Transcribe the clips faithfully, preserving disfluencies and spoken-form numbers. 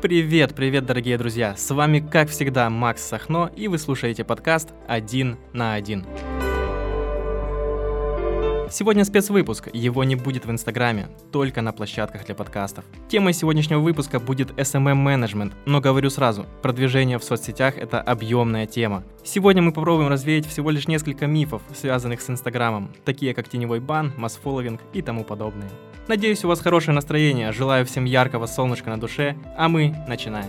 Привет, привет, дорогие друзья! С вами, как всегда, Макс Сахно, и вы слушаете подкаст «Один на один». Сегодня спецвыпуск, его не будет в Инстаграме, только на площадках для подкастов. Темой сегодняшнего выпуска будет эс эм эм-менеджмент, но говорю сразу, продвижение в соцсетях – это объемная тема. Сегодня мы попробуем развеять всего лишь несколько мифов, связанных с Инстаграмом, такие как теневой бан, масс-фолловинг и тому подобное. Надеюсь, у вас хорошее настроение, желаю всем яркого солнышка на душе, а мы начинаем.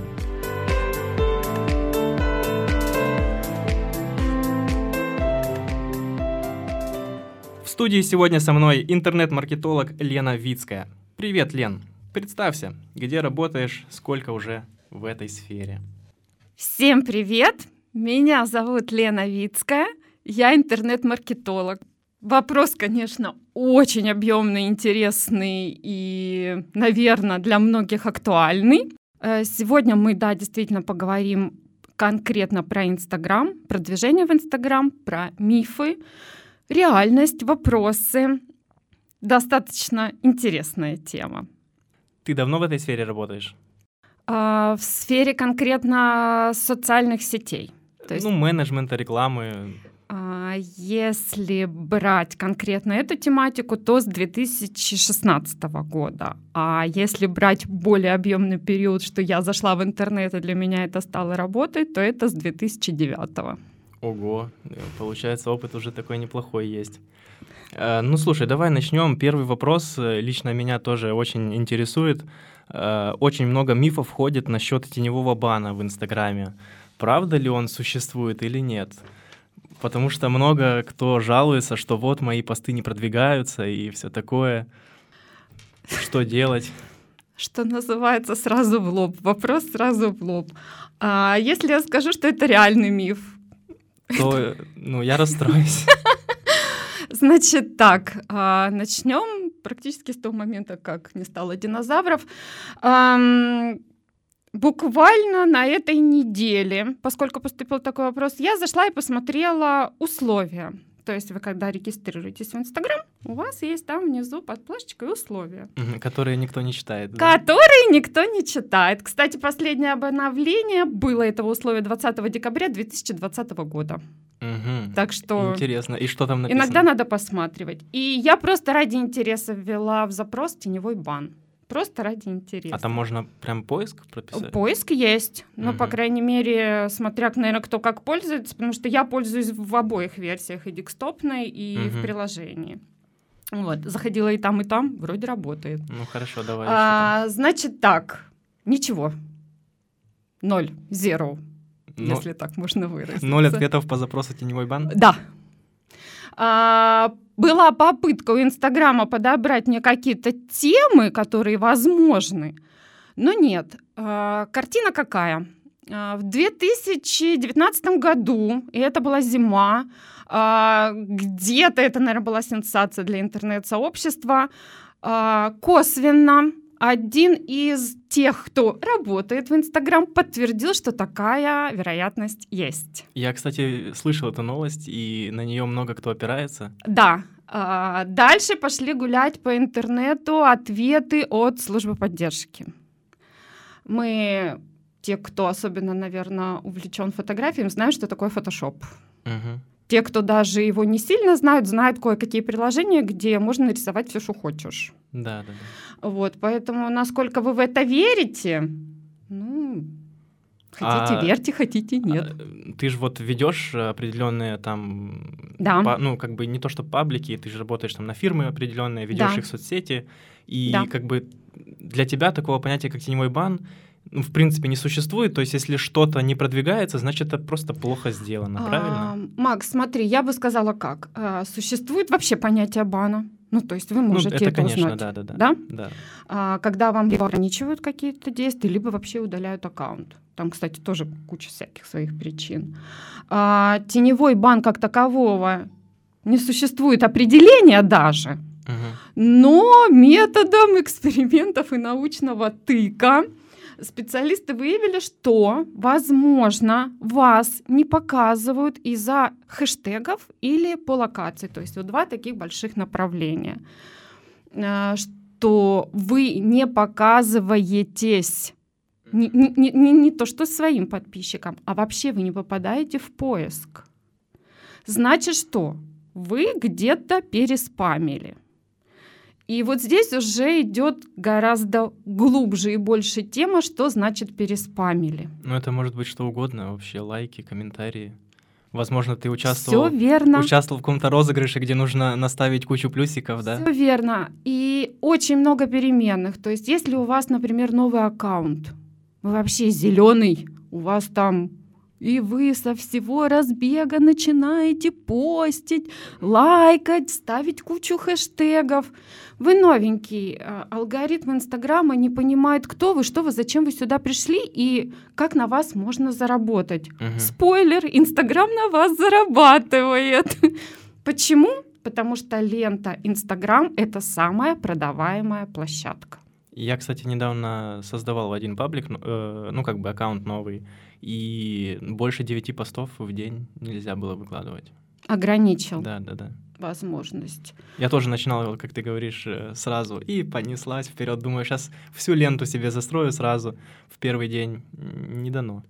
В студии сегодня со мной интернет-маркетолог Лена Вицкая. Привет, Лен. Представься, где работаешь, сколько уже в этой сфере? Всем привет! Меня зовут Лена Вицкая, я интернет-маркетолог. Вопрос, конечно, очень объемный, интересный и, наверное, для многих актуальный. Сегодня мы, да, действительно поговорим конкретно про Инстаграм, продвижение в Инстаграм, про мифы, реальность, вопросы. Достаточно интересная тема. Ты давно в этой сфере работаешь? А, в сфере конкретно социальных сетей. То есть, ну, менеджмента, рекламы. А, если брать конкретно эту тематику, то с две тысячи шестнадцатого года. А если брать более объемный период, что я зашла в интернет, и для меня это стало работать, то это с две тысячи девятого. Ого, получается, опыт уже такой неплохой есть. Ну, слушай, давай начнем. Первый вопрос лично меня тоже очень интересует. Очень много мифов ходит насчет теневого бана в Инстаграме. Правда ли он существует или нет? Потому что много кто жалуется, что вот мои посты не продвигаются и все такое. Что делать? Что называется, сразу в лоб. Вопрос сразу в лоб. А если я скажу, что это реальный миф? То, ну, я расстроюсь. Значит так, начнем практически с того момента, как не стало динозавров. Буквально на этой неделе, поскольку поступил такой вопрос, я зашла и посмотрела условия. То есть вы, когда регистрируетесь в Инстаграм, у вас есть там внизу под плашечкой условия. Которые никто не читает. Да? Которые никто не читает. Кстати, последнее обновление было этого условия двадцатого декабря две тысячи двадцатого года. Угу. Так что... Интересно. И что там написано? Иногда надо посматривать. И я просто ради интереса ввела в запрос теневой бан. Просто ради интереса. А там можно прям поиск прописать? Поиск есть. Ну, угу. по крайней мере, смотря, наверное, кто как пользуется, потому что я пользуюсь в обоих версиях, и десктопной, и угу. в приложении. Вот. Заходила и там, и там. Вроде работает. Ну, хорошо, давай. А, значит так. Ничего. Ноль. Zero. Но... Если так можно выразиться. Ноль ответов по запросу теневой бан? Да. А, была попытка у Инстаграма подобрать мне какие-то темы, которые возможны, но нет. А, картина какая? А, в две тысячи девятнадцатом году, и это была зима, а, где-то это, наверное, была сенсация для интернет-сообщества, а, косвенно один из тех, кто работает в Инстаграм, подтвердил, что такая вероятность есть. Я, кстати, слышал эту новость, и на нее много кто опирается. Да. Дальше пошли гулять по интернету ответы от службы поддержки. Мы, те, кто особенно, наверное, увлечен фотографиями, знаем, что такое фотошоп. Угу. Те, кто даже его не сильно знают, знают кое-какие приложения, где можно нарисовать все, что хочешь. Да, да, да. Вот, поэтому насколько вы в это верите, ну, хотите а, верьте, хотите нет. А, ты же вот ведешь определенные там, да. па, ну, как бы не то что паблики, ты же работаешь там на фирмы определенные, ведешь да. их в соцсети, и да. как бы для тебя такого понятия, как теневой бан, ну, в принципе, не существует. То есть, если что-то не продвигается, значит, это просто плохо сделано, а, правильно? Макс, смотри, я бы сказала как. А, существует вообще понятие бана? Ну, то есть вы можете ну, это, это конечно, узнать. Да, да, да. Да? да. А, когда вам либо ограничивают какие-то действия, либо вообще удаляют аккаунт. Там, кстати, тоже куча всяких своих причин. А, теневой бан как такового не существует определения даже. Угу. Но методом экспериментов и научного тыка специалисты выявили, что, возможно, вас не показывают из-за хэштегов или по локации. То есть вот два таких больших направления. Что вы не показываетесь Не, не, не, не то, что своим подписчикам, а вообще вы не попадаете в поиск. Значит, что? Вы где-то переспамили. И вот здесь уже идет гораздо глубже и больше тема, что значит переспамили. Ну, это может быть что угодно, вообще лайки, комментарии. Возможно, ты участвовал, Всё верно. участвовал в каком-то розыгрыше, где нужно наставить кучу плюсиков, да? Всё верно. И очень много переменных. То есть если у вас, например, новый аккаунт, вы вообще зеленый, у вас там... И вы со всего разбега начинаете постить, лайкать, ставить кучу хэштегов. Вы новенький. Алгоритм Инстаграма не понимает, кто вы, что вы, зачем вы сюда пришли и как на вас можно заработать. Угу. Спойлер, Инстаграм на вас зарабатывает. Почему? Потому что лента Инстаграм — это самая продаваемая площадка. Я, кстати, недавно создавал один паблик, э, ну, как бы аккаунт новый, и больше девяти постов в день нельзя было выкладывать. Ограничил. Да, да, да. Возможность. Я тоже начинал, как ты говоришь, сразу, и понеслась вперед. Думаю, сейчас всю ленту себе застрою сразу в первый день. Не дано.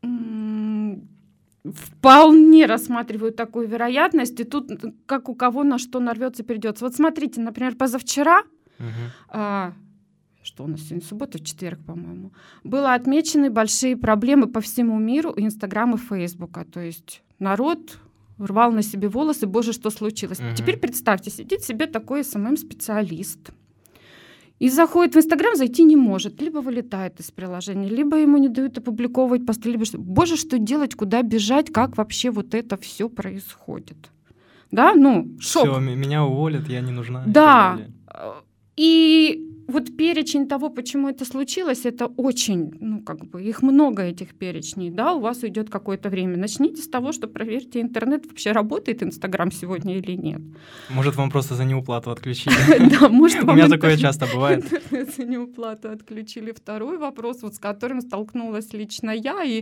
Вполне рассматриваю такую вероятность, и тут как у кого на что нарвется, придется. Вот смотрите, например, позавчера, Угу. а, что у нас сегодня суббота, в четверг, по-моему, было отмечены большие проблемы по всему миру Инстаграма и Фейсбука. То есть народ рвал на себе волосы, боже, что случилось. Угу. Теперь представьте, сидит себе такой эс эм эм-специалист и заходит в Инстаграм, зайти не может. Либо вылетает из приложения, либо ему не дают опубликовывать посты, либо что. Боже, что делать, куда бежать, как вообще вот это все происходит. Да, ну, шок. Все, меня уволят, я не нужна. Да. И вот перечень того, почему это случилось, это очень, ну, как бы, их много, этих перечней, да, у вас уйдет какое-то время. Начните с того, что проверьте интернет, вообще работает Инстаграм сегодня или нет. Может, вам просто за неуплату отключили? Да, может, У меня такое часто бывает. За неуплату отключили. Второй вопрос, вот с которым столкнулась лично я, и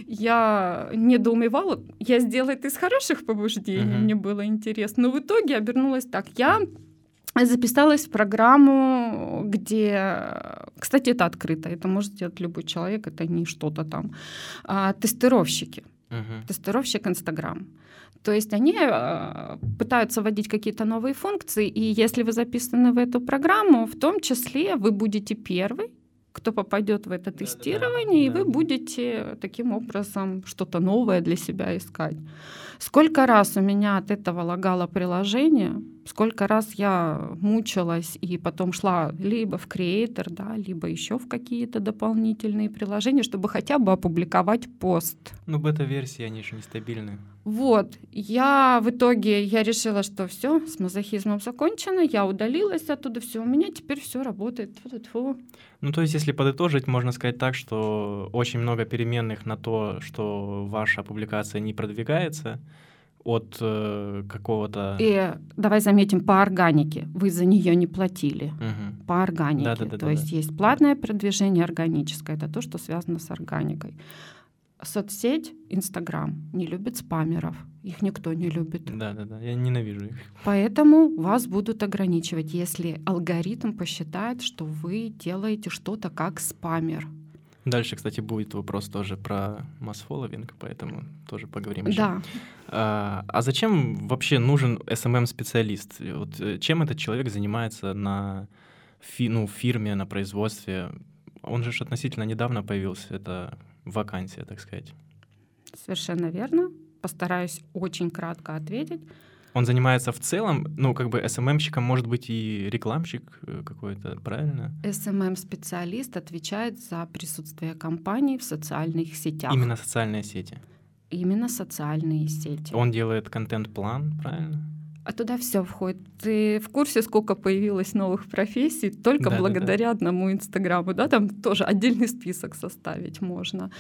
я недоумевала. Я сделала это из хороших побуждений, мне было интересно. Но в итоге обернулось так. Я записалась в программу, где, кстати, это открыто, это может сделать любой человек, это не что-то там, а, тестировщики, uh-huh. тестировщик Инстаграм. То есть они а, пытаются вводить какие-то новые функции, и если вы записаны в эту программу, в том числе вы будете первый, кто попадет в это тестирование, да, да, да. И вы будете таким образом что-то новое для себя искать. Сколько раз у меня от этого лагало приложение, сколько раз я мучилась и потом шла либо в Creator, да, либо еще в какие-то дополнительные приложения, чтобы хотя бы опубликовать пост. Ну, бета-версии, они же нестабильны. Вот. Я в итоге я решила, что все, с мазохизмом закончено, я удалилась оттуда, все, у меня теперь все работает. Фу-фу-фу. Ну, то есть, если подытожить, можно сказать так, что очень много переменных на то, что ваша публикация не продвигается от э, какого-то... И давай заметим, по органике. Вы за нее не платили. Угу. По органике. Да, да, да, то да, есть да. есть платное продвижение, органическое. Это то, что связано с органикой. Соцсеть Инстаграм не любит спамеров. Их никто не любит. Да-да-да, я ненавижу их. Поэтому вас будут ограничивать, если алгоритм посчитает, что вы делаете что-то как спамер. Дальше, кстати, будет вопрос тоже про масс-фолловинг, поэтому тоже поговорим еще. Да. А, а зачем вообще нужен эс эм эм-специалист? Вот, чем этот человек занимается на фи- ну, фирме, на производстве? Он же относительно недавно появился, это вакансия, так сказать. Совершенно верно. Постараюсь очень кратко ответить. Он занимается в целом, ну, как бы эс эм эм-щиком может быть и рекламщик какой-то, правильно? эс эм эм-специалист отвечает за присутствие компании в социальных сетях. Именно социальные сети? Именно социальные сети. Он делает контент-план, правильно? А туда все входит. Ты в курсе, сколько появилось новых профессий только да, благодаря да, да. одному Инстаграму? Да, там тоже отдельный список составить можно.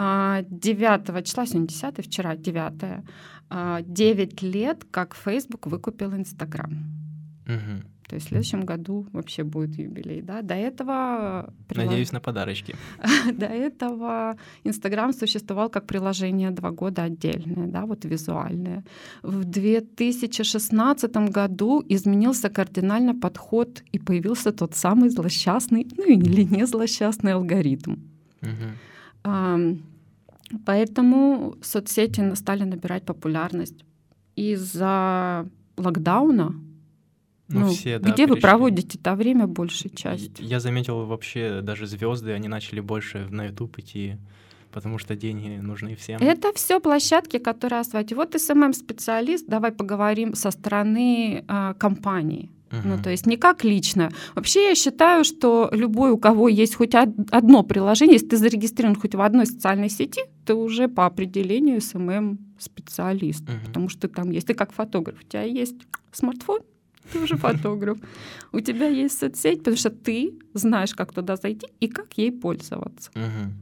девятого числа, сегодня десятое, вчера девятое, девять лет, как Facebook выкупил Инстаграм. Угу. То есть в следующем году вообще будет юбилей. Да? До этого... Надеюсь на подарочки. До этого Инстаграм существовал как приложение два года отдельное, да, вот визуальное. В две тысячи шестнадцатом году изменился кардинально подход и появился тот самый злосчастный, ну или не злосчастный алгоритм. Мгм. Ам, Поэтому соцсети стали набирать популярность. Из-за локдауна, Ну, ну, все, да, где вы перешли. проводите-то время большей И частью? я заметил вообще даже звезды, они начали больше на YouTube идти, потому что деньги нужны всем. Это все площадки, которые осваивать. Вот эс эм эм-специалист, давай поговорим со стороны а, компании. Ну, Мгм. то есть не как лично. Вообще я считаю, что любой, у кого есть хоть од- одно приложение, если ты зарегистрирован хоть в одной социальной сети, ты уже по определению эс эм эм-специалист, Мгм. потому что ты там есть. Ты как фотограф. У тебя есть смартфон, ты уже фотограф. У тебя есть соцсеть, потому что ты знаешь, как туда зайти и как ей пользоваться. Мгм.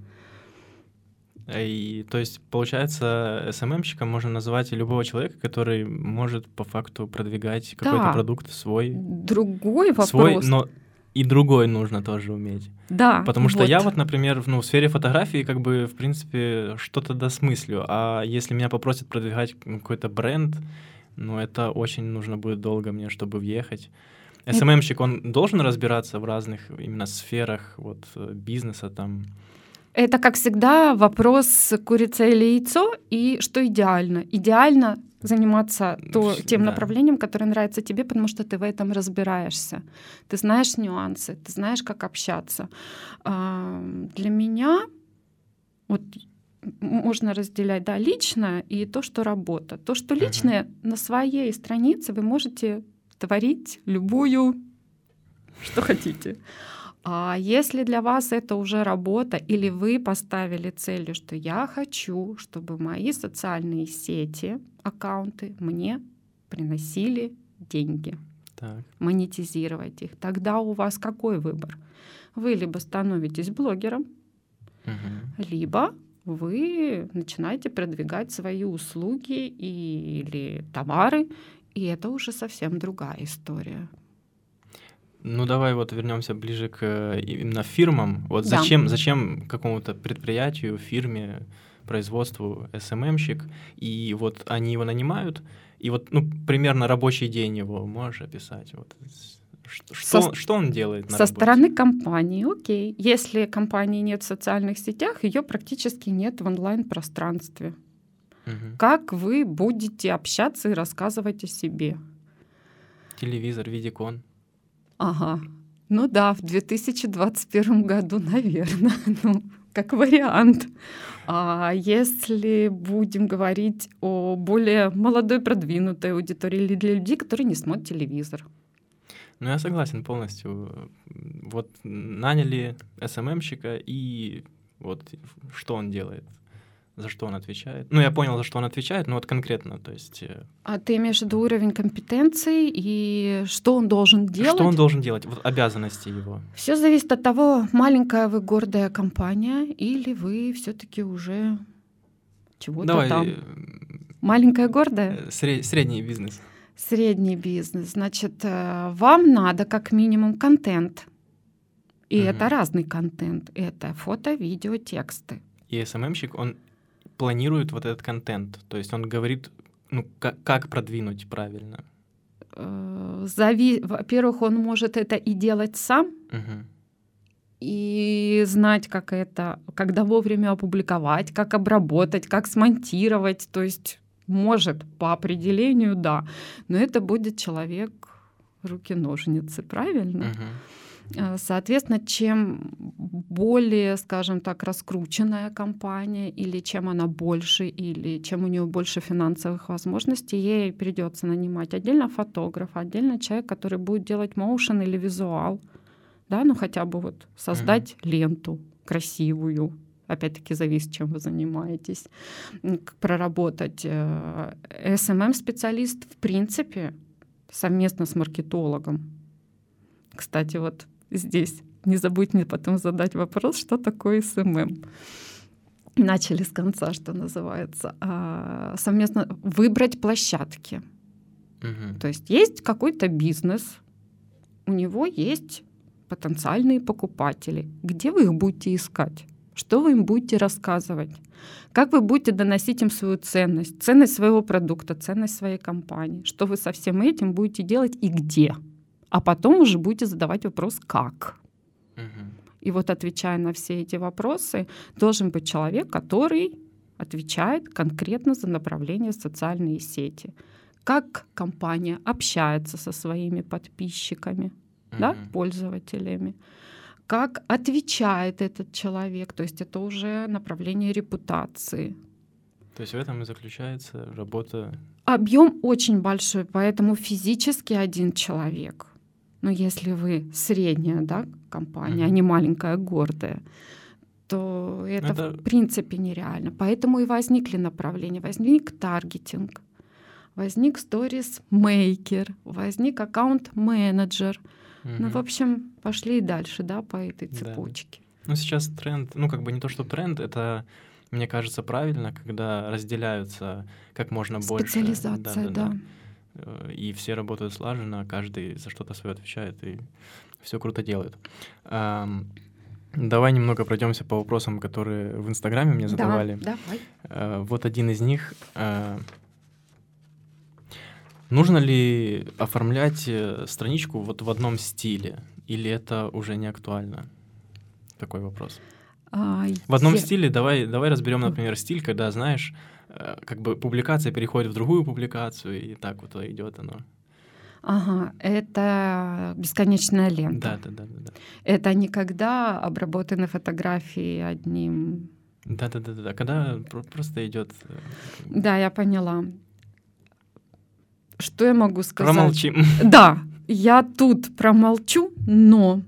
И, то есть, получается, эс эм эм-щиком можно назвать любого человека, который может по факту продвигать какой-то Да. продукт свой. Другой Свой, вопрос. но и другой нужно тоже уметь. Да, Потому что я вот. вот, например, ну, в сфере фотографии как бы, в принципе, что-то досмыслю. А если меня попросят продвигать ну, какой-то бренд, ну, это очень нужно будет долго мне, чтобы въехать. эс эм эм-щик, он должен разбираться в разных именно сферах вот, э, бизнеса там. Это, как всегда, вопрос курица или яйцо, и что идеально. Идеально заниматься то, Вс- тем да. направлением, которое нравится тебе, потому что ты в этом разбираешься. Ты знаешь нюансы, ты знаешь, как общаться. А, Для меня вот м- можно разделять, да, личное и то, что работа. То, что Мгм. личное, на своей странице вы можете творить любую, что хотите. А если для вас это уже работа, или вы поставили целью, что я хочу, чтобы мои социальные сети, аккаунты мне приносили деньги, Так. монетизировать их, тогда у вас какой выбор? Вы либо становитесь блогером, Мгм. либо вы начинаете продвигать свои услуги или товары, и это уже совсем другая история. Ну, давай вот вернемся ближе к э, именно фирмам. Вот Да. зачем, зачем какому-то предприятию, фирме, производству эс эм эм-щик, и вот они его нанимают, и вот, ну, примерно рабочий день его можешь описать? Вот, с- ш- что, Со- что он делает на Со работе? стороны компании, окей. Если компании нет в социальных сетях, ее практически нет в онлайн-пространстве. Мгм. Как вы будете общаться и рассказывать о себе? Телевизор, видикон. Ага. Ну да, в две тысячи двадцать первом году, наверное, ну, как вариант. А если будем говорить о более молодой, продвинутой аудитории или для людей, которые не смотрят телевизор? Ну, я согласен полностью. М, Вот наняли эс эм эм-щика, и вот что он делает? За что он отвечает? Ну, я понял, за что он отвечает, но вот конкретно, то есть... э, А ты имеешь в виду уровень компетенций и что он должен делать? Что он должен делать? Вот обязанности его. Все зависит от того, маленькая вы гордая компания или вы все-таки уже чего-то Давай, там. э, Маленькая гордая? э, сре- средний бизнес. Средний бизнес. Значит, э, вам надо как минимум контент. И Мгм. это разный контент. Это фото, видео, тексты. И эс эм эм-щик, он планирует вот этот контент. То есть он говорит, ну, как, как продвинуть правильно. Э, зави- Во-первых, он может это и делать сам, Мгм. и знать, как это, когда вовремя опубликовать, как обработать, как смонтировать. То есть может по определению, да, но это будет человек руки-ножницы, правильно? Мгм. Э, Соответственно, чем более, скажем так, раскрученная компания, или чем она больше, или чем у нее больше финансовых возможностей, ей придется нанимать отдельно фотографа, отдельно человек, который будет делать моушен или визуал, да, ну хотя бы вот создать ленту красивую. Опять-таки зависит, чем вы занимаетесь. М, к- Проработать. э, эс эм эм-специалист, в принципе, совместно с маркетологом. Кстати, вот здесь не забудь мне потом задать вопрос, что такое эс эм эм. Начали с конца, что называется. А, Совместно выбрать площадки. Мгм. То есть есть какой-то бизнес, у него есть потенциальные покупатели. Где вы их будете искать? Что вы им будете рассказывать? Как вы будете доносить им свою ценность, ценность своего продукта, ценность своей компании? Что вы со всем этим будете делать и где? А потом уже будете задавать вопрос «как?». Мгм. И вот отвечая на все эти вопросы, должен быть человек, который отвечает конкретно за направление социальные сети. Как компания общается со своими подписчиками, mm-hmm. да, пользователями, как отвечает этот человек, то есть это уже направление репутации. То есть в этом и заключается работа. Объем очень большой, поэтому физически один человек. Но если вы средняя, да, компания, mm-hmm. а не маленькая, гордая, то это, это в принципе нереально. Поэтому и возникли направления. Возник таргетинг, возник сторис-мейкер, возник аккаунт-менеджер. Mm-hmm. Ну, в общем, пошли и дальше, да, по этой цепочке. Да. Ну, сейчас тренд, ну, как бы не то, что тренд, это... Мне кажется, правильно, когда разделяются как можно больше. Специализация, да, да, да. И все работают слаженно, каждый за что-то свое отвечает, и все круто делают. Um, давай немного пройдемся по вопросам, которые в Инстаграме мне задавали. Да, давай. Uh, вот один из них. Uh, нужно ли оформлять страничку вот в одном стиле, или это уже не актуально? Такой вопрос. А, в одном я... стиле давай, давай разберем, например, стиль, когда, знаешь, как бы публикация переходит в другую публикацию, и так вот идет оно. Ага, это бесконечная лента. Да, да, да, да. Это не когда обработаны фотографии одним. Да, да, да, да. Когда просто идет. Да, я поняла. Что я могу сказать? Промолчим. Да, я тут промолчу, но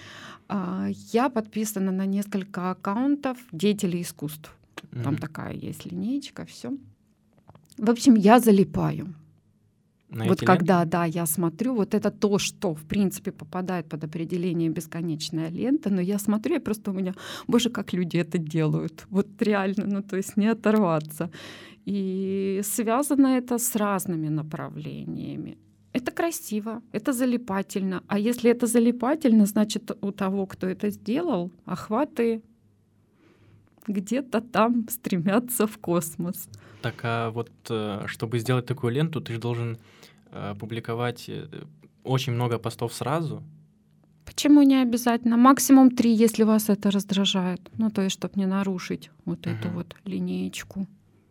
я подписана на несколько аккаунтов деятелей искусств. Mm-hmm. Там такая есть линеечка, все. В общем, я залипаю. На вот когда, ленты? Да, я смотрю, вот это то, что, в принципе, попадает под определение бесконечная лента, но я смотрю, и просто у меня, боже, как люди это делают. Вот реально, ну то есть не оторваться. И связано это с разными направлениями. Это красиво, это залипательно. А если это залипательно, значит, у того, кто это сделал, охваты где-то там стремятся в космос. Так, а вот чтобы сделать такую ленту, ты же должен публиковать очень много постов сразу? Почему не обязательно? Максимум три, если вас это раздражает. Ну, то есть, чтобы не нарушить вот угу. эту вот линеечку.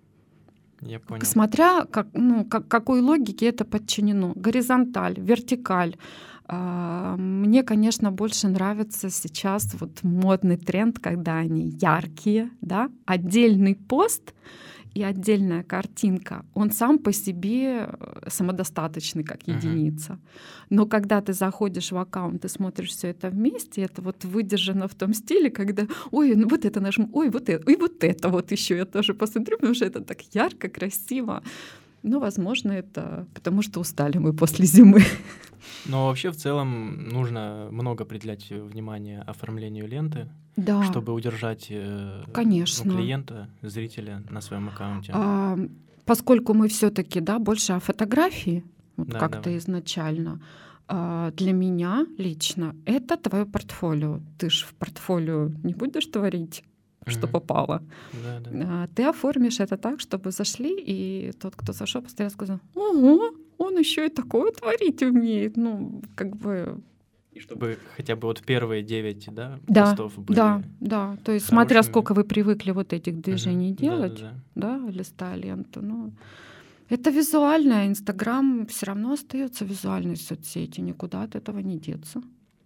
Я понял. Смотря как, ну, как, какой логике это подчинено. Горизонталь, вертикаль. А, мне, конечно, больше нравится сейчас вот модный тренд, когда они яркие, да, отдельный пост и отдельная картинка, он сам по себе самодостаточный как единица. Uh-huh. Но когда ты заходишь в аккаунт и смотришь все это вместе, это вот выдержано в том стиле, когда ой, ну вот это нажму, ой, вот это, и вот это вот еще я тоже посмотрю, потому что это так ярко, красиво. Ну, возможно, это потому что устали мы после зимы. Но вообще в целом нужно много уделять внимания оформлению ленты, да. чтобы удержать Конечно. Ну, клиента, зрителя на своем аккаунте. А, поскольку мы все-таки, да, больше о фотографии, вот да, как-то давай. изначально, а, для меня лично это твое портфолио. Ты ж в портфолио не будешь творить, что mm-hmm. попало. Да, да. А, ты оформишь это так, чтобы зашли, и тот, кто зашел, постоянно сказал: ого, он еще и такое творить умеет. Ну, как бы. И чтобы хотя бы вот первые девять, да, да, постов были. Да, да. То есть, хорошими. Смотря сколько вы привыкли вот этих движений mm-hmm. делать, да, да, да, листа ленту, ну. Это визуальное. Инстаграм все равно остается визуальной соцсетью, никуда от этого не деться.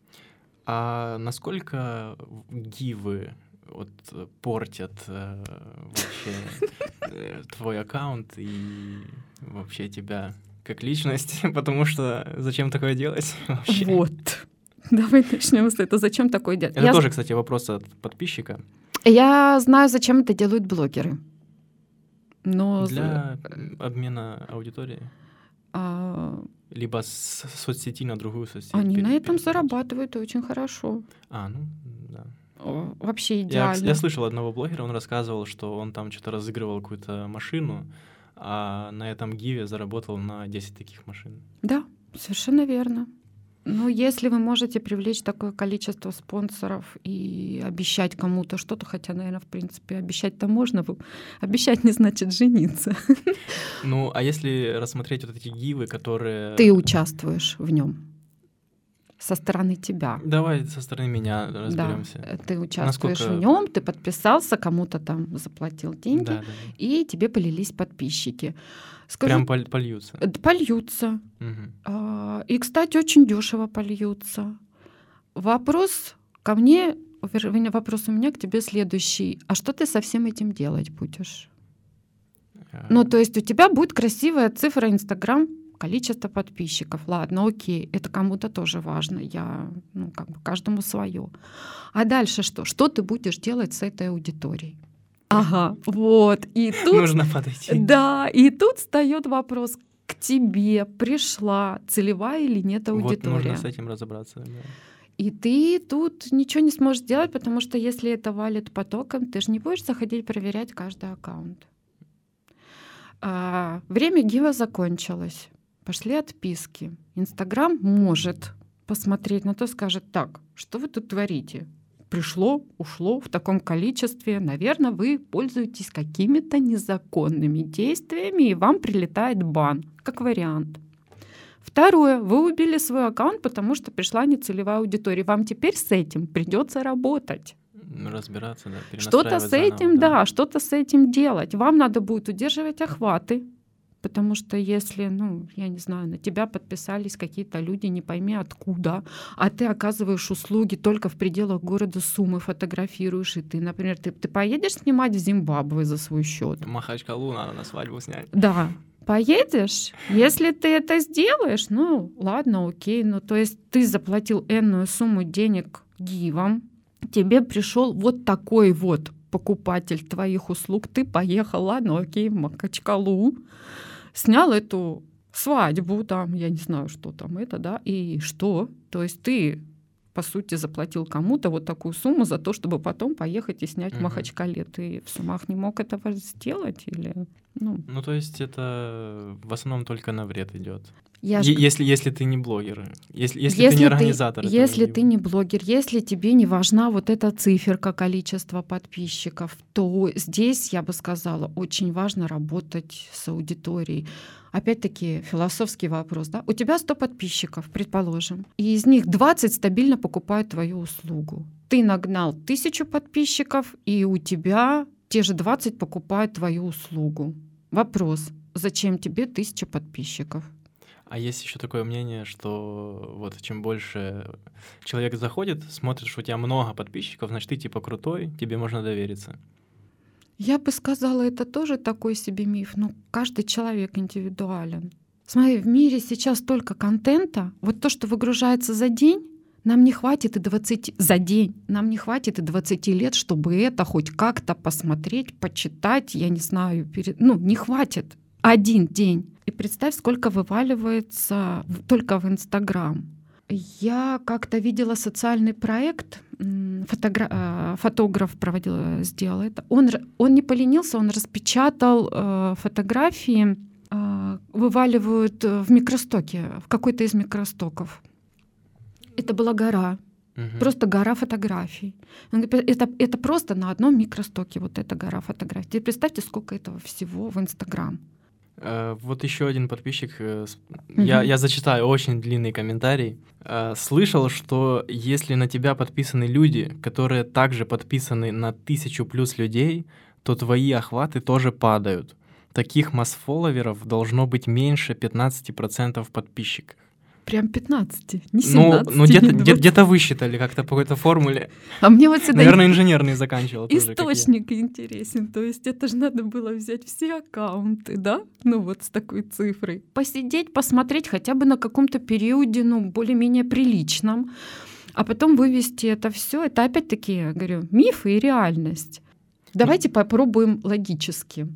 А насколько гивы вот портят э, вообще э, твой аккаунт и вообще тебя как личность, потому что зачем такое делать вообще? Вот. Давай начнем с этого. Зачем такое делать? Это Я тоже, кстати, вопрос от подписчика. Я знаю, зачем это делают блогеры. Но... Для обмена аудиторией? А... Либо с соцсети на другую соцсеть. Они на этом зарабатывают очень хорошо. А, ну, да. Вообще идеально. Я, я слышал одного блогера, он рассказывал, что он там что-то разыгрывал какую-то машину, а на этом гиве заработал на десять таких машин. Да, совершенно верно. Ну, если вы можете привлечь такое количество спонсоров и обещать кому-то что-то, хотя, наверное, в принципе, обещать-то можно, обещать не значит жениться. Ну, а если рассмотреть вот эти гивы, которые... Ты участвуешь в нем. со стороны тебя. Давай со стороны меня разберемся. Да, ты участвуешь Насколько... в нем, ты подписался, кому-то там заплатил деньги, да, да. и тебе полились подписчики. Скажу, прям поль- польются? Польются. Угу. И, кстати, очень дешево польются. Вопрос ко мне, вернее, вопрос у меня к тебе следующий. А что ты со всем этим делать будешь? А... Ну, то есть у тебя будет красивая цифра Инстаграм, количество подписчиков. Ладно, окей, это кому-то тоже важно. Я, ну, как бы каждому свое. А дальше что? Что ты будешь делать с этой аудиторией? Ага, вот. И тут... Нужно подойти. Да, и тут встает вопрос, к тебе пришла целевая или нет аудитория. Вот нужно с этим разобраться. Да. И ты тут ничего не сможешь сделать, потому что если это валит потоком, ты же не будешь заходить проверять каждый аккаунт. А, время гива закончилось. Пошли отписки. Инстаграм может посмотреть на то, скажет: так, что вы тут творите? Пришло, ушло в таком количестве. Наверное, вы пользуетесь какими-то незаконными действиями, и вам прилетает бан, как вариант. Второе. Вы убили свой аккаунт, потому что пришла нецелевая аудитория. Вам теперь с этим придется работать. Разбираться, да, что-то с этим, заново, да. да, что-то с этим делать. Вам надо будет удерживать охваты, потому что если, ну, я не знаю, на тебя подписались какие-то люди, не пойми откуда, а ты оказываешь услуги только в пределах города Сумы, фотографируешь, и ты, например, ты, ты поедешь снимать в Зимбабве за свой счет. Махачкалу надо на свадьбу снять. Да. Поедешь, если ты это сделаешь, ну, ладно, окей. Ну, то есть ты заплатил энную сумму денег гивам, тебе пришел вот такой вот покупатель твоих услуг, ты поехал, ладно, окей, в Махачкалу, снял эту свадьбу, там, я не знаю, что там это, да, и что? То есть ты, по сути, заплатил кому-то вот такую сумму за то, чтобы потом поехать и снять uh-huh. в Махачкале. Ты в Сумах не мог этого сделать? Или, ну... ну, то есть это в основном только на вред идет. Я Е- ж... если, если ты не блогер, если, если, если ты не организатор. Ты, если ты не блогер, если тебе не важна вот эта циферка, количество подписчиков, то здесь, я бы сказала, очень важно работать с аудиторией. Опять-таки философский вопрос. Да? У тебя сто подписчиков, предположим, и из них двадцать стабильно покупают твою услугу. Ты нагнал тысячу подписчиков, и у тебя те же двадцать покупают твою услугу. Вопрос, зачем тебе тысяча подписчиков? А есть еще такое мнение, что вот чем больше человек заходит, смотрит, что у тебя много подписчиков, значит, ты типа крутой, тебе можно довериться. Я бы сказала, это тоже такой себе миф. Но каждый человек индивидуален. Смотри, в мире сейчас столько контента. Вот то, что выгружается за день, нам не хватит и двадцати за день. Нам не хватит и двадцати лет, чтобы это хоть как-то посмотреть, почитать. Я не знаю, перед... ну не хватит. Один день. И представь, сколько вываливается только в Инстаграм. Я как-то видела социальный проект, фотогра... фотограф проводил, сделал это. Он, он не поленился, он распечатал э, фотографии, э, вываливают в микростоке, в какой-то из микростоков. Это была гора. Угу. Просто гора фотографий. Он говорит, это, это просто на одном микростоке вот эта гора фотографий. Теперь представьте, сколько этого всего в Инстаграм. Uh, вот еще один подписчик, uh, uh-huh. я, я зачитаю очень длинный комментарий. Uh, слышал, что если на тебя подписаны люди, которые также подписаны на тысячу плюс людей, то твои охваты тоже падают. Таких масс-фолловеров должно быть меньше пятнадцать процентов подписчиков. Прям пятнадцать, не семнадцать. Ну, ну где-то, где- где-то высчитали как-то по какой-то формуле. А мне вот всегда... Наверное, инженерный заканчивал. Источник интересен. То есть это же надо было взять все аккаунты, да? Ну вот с такой цифрой. Посидеть, посмотреть хотя бы на каком-то периоде, ну, более-менее приличном. А потом вывести это все. Это опять-таки, я говорю, мифы и реальность. Давайте попробуем логически.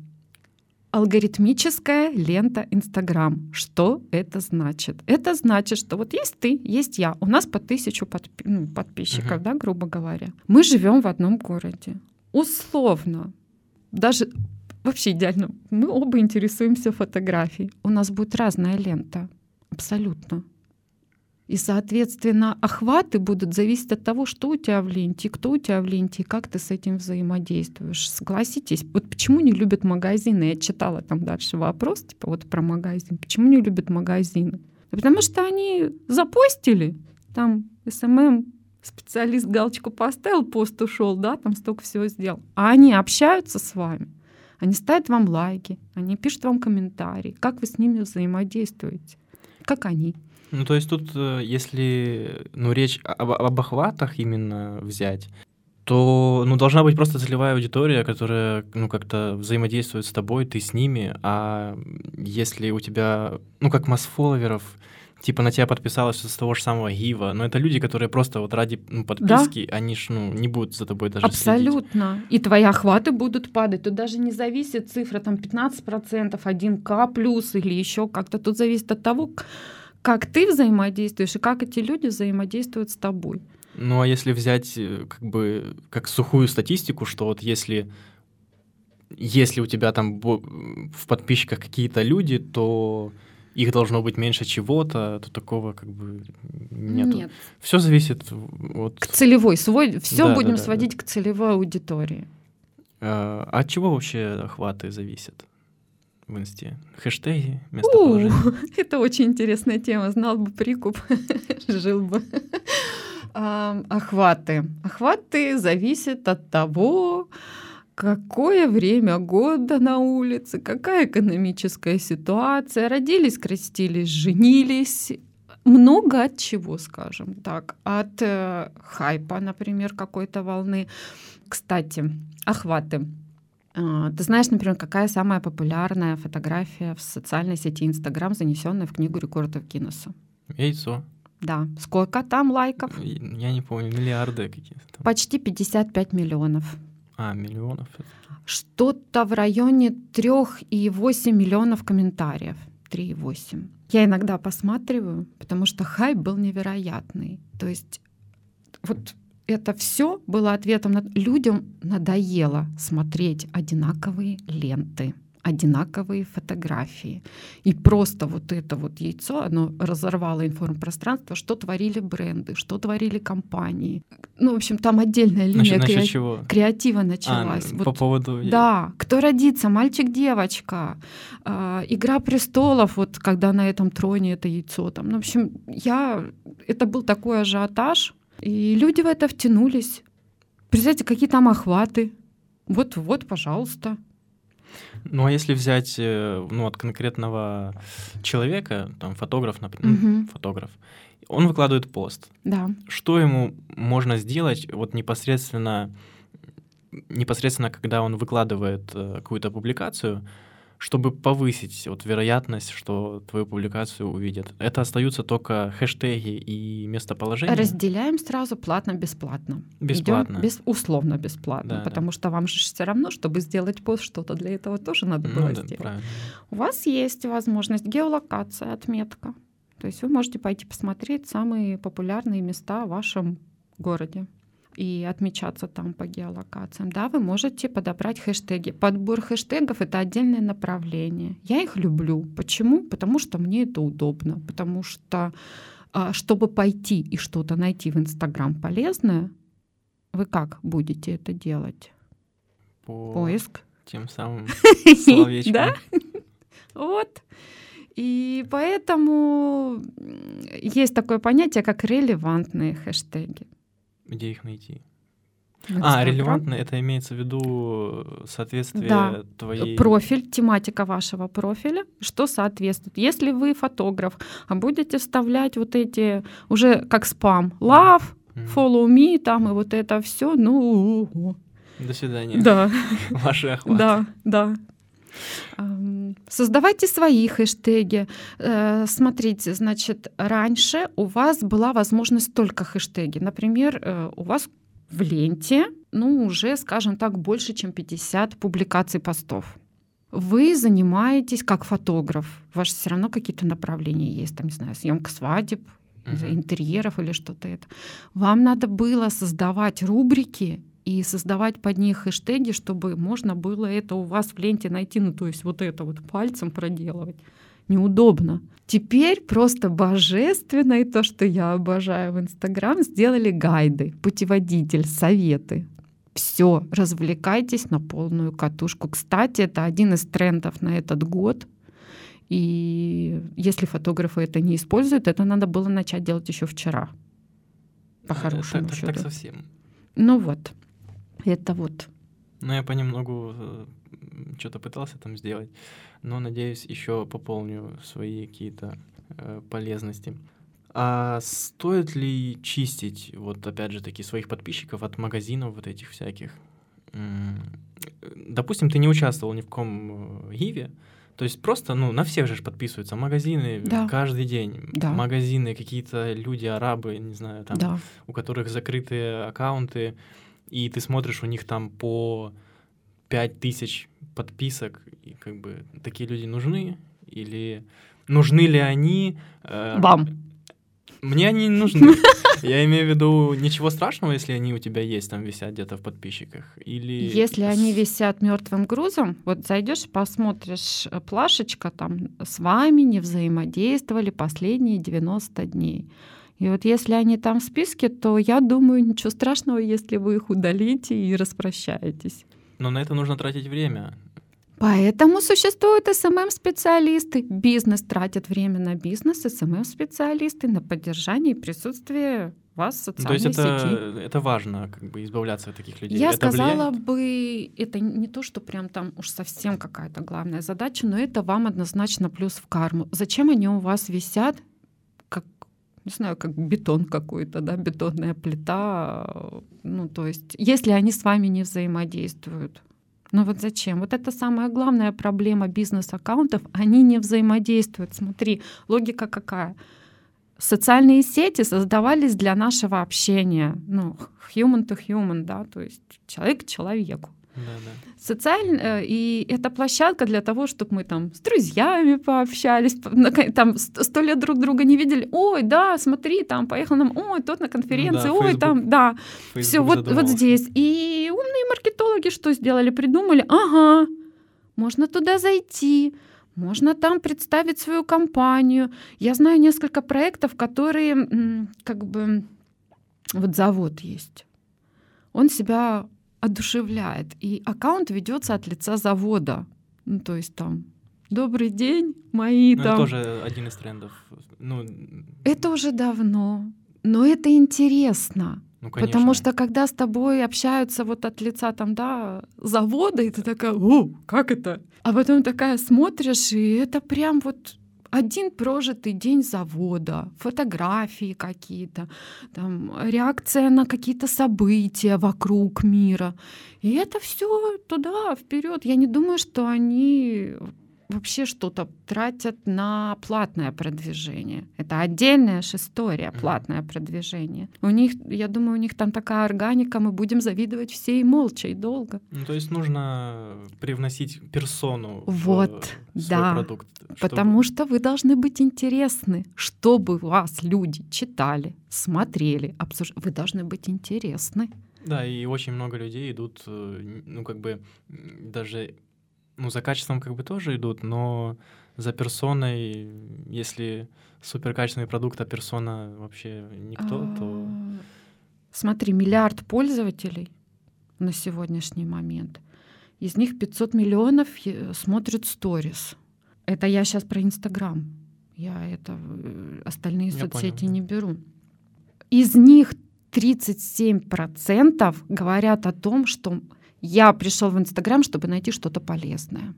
Алгоритмическая лента Инстаграм. Что это значит? Это значит, что вот есть ты, есть я. У нас по тысячу подпи- ну, подписчиков, uh-huh. да, грубо говоря. Мы живем в одном городе. Условно. Даже вообще идеально. Мы оба интересуемся фотографией. У нас будет разная лента. Абсолютно. И, соответственно, охваты будут зависеть от того, что у тебя в ленте, кто у тебя в ленте, и как ты с этим взаимодействуешь. Согласитесь, вот почему не любят магазины? Я читала там дальше вопрос, типа вот про магазин. Почему не любят магазины? Да потому что они запостили, там эс эм эм, специалист галочку поставил, пост ушел, да, там столько всего сделал. А они общаются с вами, они ставят вам лайки, они пишут вам комментарии. Как вы с ними взаимодействуете? Как они? Ну, то есть тут, если ну, речь об, об охватах именно взять, то ну, должна быть просто целевая аудитория, которая ну, как-то взаимодействует с тобой, ты с ними. А если у тебя, ну, как масс-фолловеров, типа на тебя подписалось с того же самого Гива, но это люди, которые просто вот ради ну, подписки, да? Они ж ну, не будут за тобой даже абсолютно. следить. И твои охваты будут падать. Тут даже не зависит цифра там пятнадцать процентов, один ка плюс или еще как-то. Тут зависит от того, как ты взаимодействуешь и как эти люди взаимодействуют с тобой. Ну а если взять как бы как сухую статистику, что вот если, если у тебя там в подписчиках какие-то люди, то их должно быть меньше чего-то, то такого как бы нету. Нет. Все зависит от... К целевой. Свой... Все да, будем да, да, сводить да. к целевой аудитории. А от чего вообще охваты зависят в инсте? Хэштеги, местоположение? У, это очень интересная тема. Знал бы прикуп, жил бы. Охваты. Охваты зависят от того, какое время года на улице, какая экономическая ситуация, родились, крестились, женились. Много от чего, скажем так. От э, хайпа, например, какой-то волны. Кстати, охваты. Э, ты знаешь, например, какая самая популярная фотография в социальной сети Инстаграм, занесенная в книгу рекордов Гиннесса? Яйцо. Да. Сколько там лайков? Я не помню, миллиарды какие-то. Почти пятьдесят пять миллионов. А, миллионов. Что-то в районе три и восемь миллионов комментариев. три и восемь. Я иногда посматриваю, потому что хайп был невероятный. То есть вот это все было ответом на... Людям надоело смотреть одинаковые ленты, одинаковые фотографии. И просто вот это вот яйцо, оно разорвало информпространство, что творили бренды, что творили компании. Ну, в общем, там отдельная линия насчет, креа... насчет чего? креатива началась. А, вот, по поводу... Да, кто родится, мальчик-девочка, э, «Игра престолов», вот когда на этом троне это яйцо. Там. Ну, в общем, я... это был такой ажиотаж, и люди в это втянулись. Представляете, какие там охваты. Вот-вот, пожалуйста. Ну, а если взять ну, от конкретного человека, там, фотограф, например, Угу. ну, фотограф, он выкладывает пост. Да. Что ему можно сделать вот непосредственно, непосредственно, когда он выкладывает э, какую-то публикацию, чтобы повысить вот, вероятность, что твою публикацию увидят? Это остаются только хэштеги и местоположение? Разделяем сразу платно-бесплатно. Бесплатно. Идём без, условно бесплатно, Да, потому да. что вам же все равно, чтобы сделать пост, что-то для этого тоже надо было Ну, да, сделать. правильно. У вас есть возможность геолокация, отметка. То есть вы можете пойти посмотреть самые популярные места в вашем городе и отмечаться там по геолокациям. Да, вы можете подобрать хэштеги. Подбор хэштегов — это отдельное направление. Я их люблю. Почему? Потому что мне это удобно. Потому что, чтобы пойти и что-то найти в Инстаграм полезное, вы как будете это делать? По Поиск. Тем самым словечком. Да? Вот. И поэтому есть такое понятие, как релевантные хэштеги. Где их найти? Инстаграм. А, релевантно, это имеется в виду соответствие да. твоей... Профиль, тематика вашего профиля, что соответствует. Если вы фотограф, а будете вставлять вот эти уже как спам, love, mm-hmm. follow me, там и вот это все, ну... До свидания. Да. Ваши охваты. Да, да. Создавайте свои хэштеги. Смотрите, значит, раньше у вас была возможность только хэштеги. Например, у вас в ленте, ну, уже, скажем так, больше, чем пятьдесят публикаций постов. Вы занимаетесь как фотограф. У вас все равно какие-то направления есть, там, не знаю, съемка свадеб, uh-huh. интерьеров или что-то это. Вам надо было создавать рубрики и создавать под них хэштеги, чтобы можно было это у вас в ленте найти, ну то есть вот это вот пальцем проделывать. Неудобно. Теперь просто божественно, и то, что я обожаю в Инстаграм, сделали гайды, путеводитель, советы. Все, развлекайтесь на полную катушку. Кстати, это один из трендов на этот год. И если фотографы это не используют, это надо было начать делать еще вчера. по хорошему так, счету. Так, так совсем. Ну вот, это вот. Ну, я понемногу что-то пытался там сделать, но, надеюсь, еще пополню свои какие-то э, полезности. А стоит ли чистить, вот опять же таки, своих подписчиков от магазинов вот этих всяких? Допустим, ты не участвовал ни в каком гиве, то есть просто, ну, на всех же подписываются магазины, да. каждый день. Да. Магазины, какие-то люди, арабы, не знаю, там, да. у которых закрытые аккаунты, и ты смотришь, у них там по пять тысяч подписок, и как бы такие люди нужны? Или нужны ли они? Вам. Мне они не нужны. Я имею в виду, ничего страшного, если они у тебя есть, там висят где-то в подписчиках? Или... Если они висят мертвым грузом, вот зайдешь, посмотришь, плашечка там «С вами не взаимодействовали последние девяносто дней». И вот если они там в списке, то я думаю, ничего страшного, если вы их удалите и распрощаетесь. Но на это нужно тратить время. Поэтому существуют эс эм эм-специалисты. Бизнес тратит время на бизнес, эс эм эм-специалисты на поддержание и присутствие вас в социальной сети. То есть это, сети. это важно, как бы избавляться от таких людей. Я это сказала влияет? бы, это не то, что прям там уж совсем какая-то главная задача, но это вам однозначно плюс в карму. Зачем они у вас висят, как, не знаю, как бетон какой-то, да, бетонная плита. Ну, то есть, если они с вами не взаимодействуют. Ну вот зачем? Вот это самая главная проблема бизнес-аккаунтов. Они не взаимодействуют. Смотри, логика какая? Социальные сети создавались для нашего общения. Ну, human to human, да, то есть человек к человеку. Да, да. Социальная, и это площадка для того, чтобы мы там с друзьями пообщались, там сто лет друг друга не видели. Ой, да, смотри, там поехал нам, ой, тот на конференции, да, ой, Facebook, там, да, все вот, вот здесь. И умные маркетологи что сделали? Придумали, ага, можно туда зайти, можно там представить свою компанию. Я знаю несколько проектов, которые как бы вот завод есть. Он себя одушевляет. И аккаунт ведется от лица завода. Ну, то есть там «Добрый день, мои ну, там...» Это тоже один из трендов. Ну... Это уже давно. Но это интересно. Ну, конечно. Потому что когда с тобой общаются вот от лица там, да, завода, и ты такая «О, как это?» А потом такая смотришь, и это прям вот... один прожитый день завода, фотографии какие-то, там, реакция на какие-то события вокруг мира. И это все туда, вперед. Я не думаю, что они вообще что-то тратят на платное продвижение. Это отдельная же история, платное продвижение. У них, я думаю, у них там такая органика, мы будем завидовать все и молча, и долго. Ну, то есть нужно привносить персону вот, в свой да, продукт. Чтобы... Потому что вы должны быть интересны, чтобы вас люди читали, смотрели, обсуждали. Вы должны быть интересны. Да, и очень много людей идут, ну, как бы, даже... Ну, за качеством как бы тоже идут, но за персоной, если суперкачественный продукт, а персона вообще никто, то... Смотри, миллиард пользователей на сегодняшний момент. Из них пятьсот миллионов смотрят сторис. Это я сейчас про Инстаграм. Я это остальные я соцсети понял, не беру. Из них тридцать семь процентов говорят о том, что я пришел в Инстаграм, чтобы найти что-то полезное.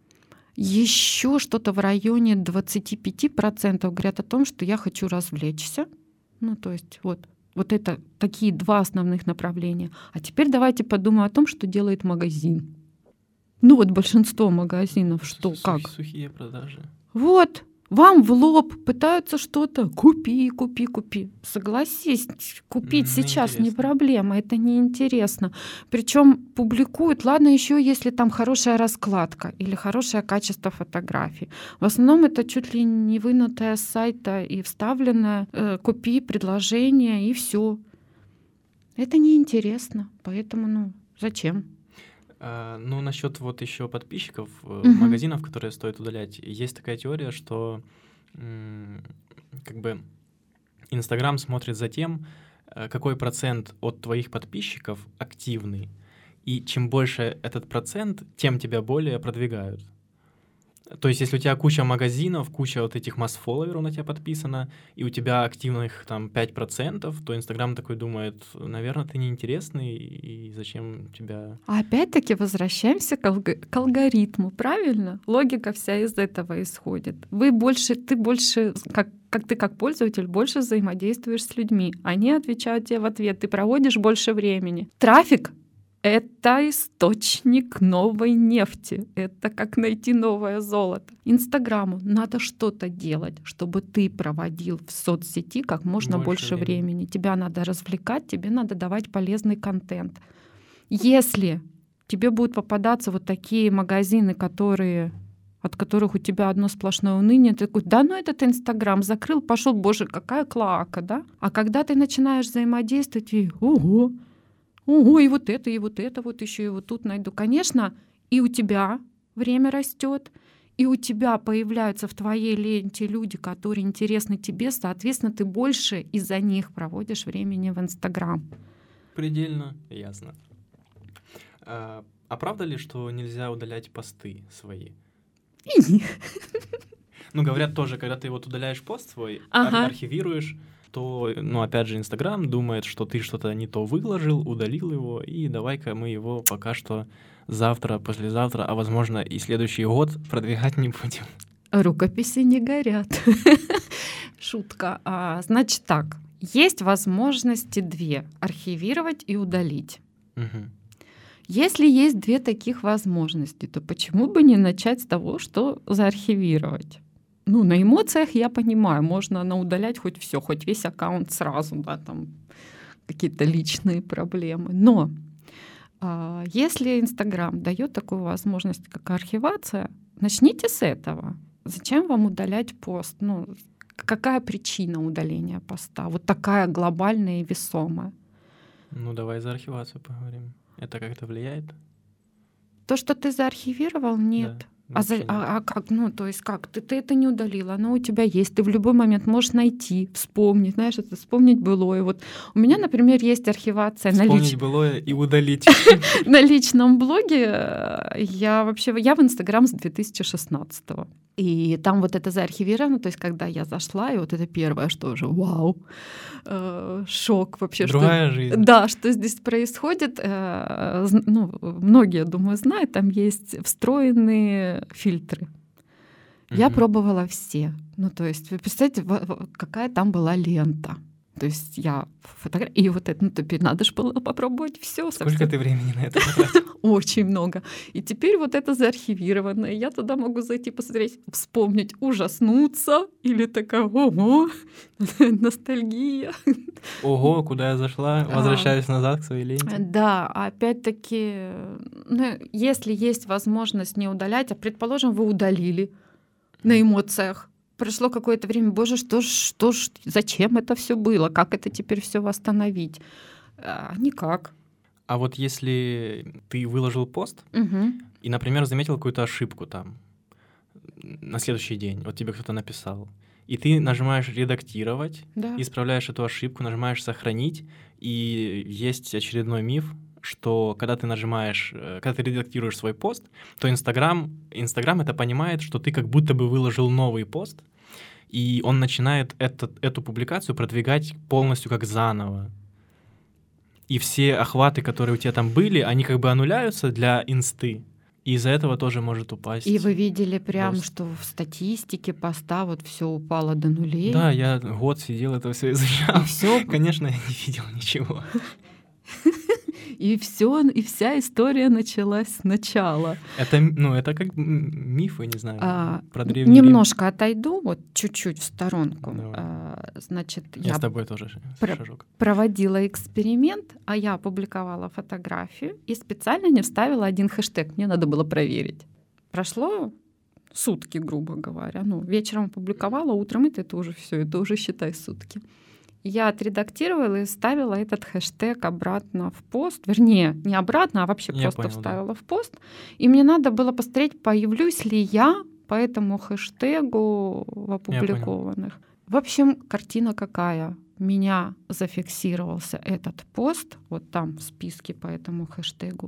Еще что-то в районе двадцать пять процентов говорят о том, что я хочу развлечься. Ну, то есть вот, вот это такие два основных направления. А теперь давайте подумаем о том, что делает магазин. Ну вот большинство магазинов, что, Сухие, как? Сухие продажи. Вот. Вам в лоб пытаются что-то купи, купи, купи. Согласись, купить Не сейчас интересно. не проблема, это неинтересно. Причем публикуют, ладно, еще если там хорошая раскладка или хорошее качество фотографий. В основном это чуть ли не вынутая с сайта и вставленное э, купи, предложение и все. Это неинтересно, поэтому, ну, зачем? А, ну, насчет вот еще подписчиков, Угу. магазинов, которые стоит удалять, есть такая теория, что м, как бы Инстаграм смотрит за тем, какой процент от твоих подписчиков активный, и чем больше этот процент, тем тебя более продвигают. То есть, если у тебя куча магазинов, куча вот этих масс-фолловеров на тебя подписано, и у тебя активных там пять процентов, то Инстаграм такой думает, наверное, ты неинтересный, и зачем тебя... А опять-таки возвращаемся к, алг- к алгоритму, правильно? Логика вся из этого исходит. Вы больше, ты больше, как, как ты как пользователь, больше взаимодействуешь с людьми. Они отвечают тебе в ответ, ты проводишь больше времени. Трафик — это источник новой нефти. Это как найти новое золото. Инстаграму надо что-то делать, чтобы ты проводил в соцсети как можно больше, Больше времени. времени. Тебя надо развлекать, тебе надо давать полезный контент. Если тебе будут попадаться вот такие магазины, которые, от которых у тебя одно сплошное уныние, ты такой, да ну этот Инстаграм закрыл, пошел, боже, какая клоака, да? А когда ты начинаешь взаимодействовать, и ого, ого, и вот это, и вот это, вот еще и вот тут найду. Конечно, и у тебя время растет, и у тебя появляются в твоей ленте люди, которые интересны тебе, соответственно, ты больше из-за них проводишь времени в Инстаграм. Предельно ясно. А, а правда ли, что нельзя удалять посты свои? Ну, говорят тоже, когда ты вот удаляешь пост свой, Ага. ар- архивируешь, то, ну, опять же, Инстаграм думает, что ты что-то не то выложил, удалил его, и давай-ка мы его пока что завтра, послезавтра, а, возможно, и следующий год продвигать не будем. Рукописи не горят. Шутка. А, значит так, есть возможности две — архивировать и удалить. Мгм. Если есть две таких возможности, то почему бы не начать с того, что заархивировать? Ну, на эмоциях я понимаю, можно наудалять хоть все, хоть весь аккаунт сразу, да, там какие-то личные проблемы. Но а, если Инстаграм дает такую возможность, как архивация, начните с этого. Зачем вам удалять пост? Ну, какая причина удаления поста? Вот такая глобальная и весомая. Ну, давай за архивацию поговорим. Это как-то влияет? То, что ты заархивировал, нет. Да, А, за- вообще нет. а- а как, ну, то есть как? Ты, ты это не удалил, оно у тебя есть. Ты в любой момент можешь найти, вспомнить, знаешь, это вспомнить былое. Вот у меня, например, есть архивация на, Вспомнить лич- былое и удалить. на личном блоге. Э, Я вообще, я в Инстаграм с две тысячи шестнадцатого. И там вот это заархивировано, то есть когда я зашла, и вот это первое, что уже, вау, э, шок вообще. что- Другая жизнь. Да, что здесь происходит, э, зн- ну, многие, я думаю, знают, там есть встроенные фильтры. Я Мгм. пробовала все. Ну, то есть, вы представляете, во- во- какая там была лента. То есть я фотография, и вот это, ну, теперь надо же было попробовать все. Сколько ты времени на это потратил? Очень много. И теперь вот это заархивировано. И я туда могу зайти, посмотреть, вспомнить, ужаснуться или такая, ого, ностальгия. Ого, куда я зашла? А. Возвращаюсь назад к своей ленте. Да, а опять-таки, ну, если есть возможность не удалять, а предположим, вы удалили на эмоциях, прошло какое-то время, боже, что ж, что ж, зачем это все было, как это теперь все восстановить? А, никак. А вот если ты выложил пост Мгм. и, например, заметил какую-то ошибку там на следующий день, вот тебе кто-то написал, и ты нажимаешь «редактировать», Да. исправляешь эту ошибку, нажимаешь «сохранить», и есть очередной миф, что когда ты нажимаешь, э, когда ты редактируешь свой пост, то Инстаграм, Инстаграм это понимает, что ты как будто бы выложил новый пост, и он начинает этот, эту публикацию продвигать полностью как заново. И все охваты, которые у тебя там были, они как бы аннуляются для инсты. И из-за этого тоже может упасть. И вы видели прям, рост. что в статистике поста вот все упало до нулей. Да, я год сидел, это все изучал. И все, Конечно, я не видел ничего. и все, и вся история началась сначала. Это, ну, это как м- мифы, не знаю, А, про Древний Рим. Немножко отойду, вот чуть-чуть в сторонку. Давай. А, Значит, Я я с тобой тоже ш- про- шажок. проводила эксперимент, а я опубликовала фотографию и специально не вставила один хэштег. Мне надо было проверить. Прошло сутки, грубо говоря. Ну, вечером опубликовала, утром это, это уже все, это уже считай сутки. Я отредактировала и вставила этот хэштег обратно в пост. Вернее, не обратно, а вообще Я просто понял, да. вставила в пост. И мне надо было посмотреть, появлюсь ли я по этому хэштегу в опубликованных. В общем, картина какая? Меня зафиксировался этот пост, вот там в списке по этому хэштегу,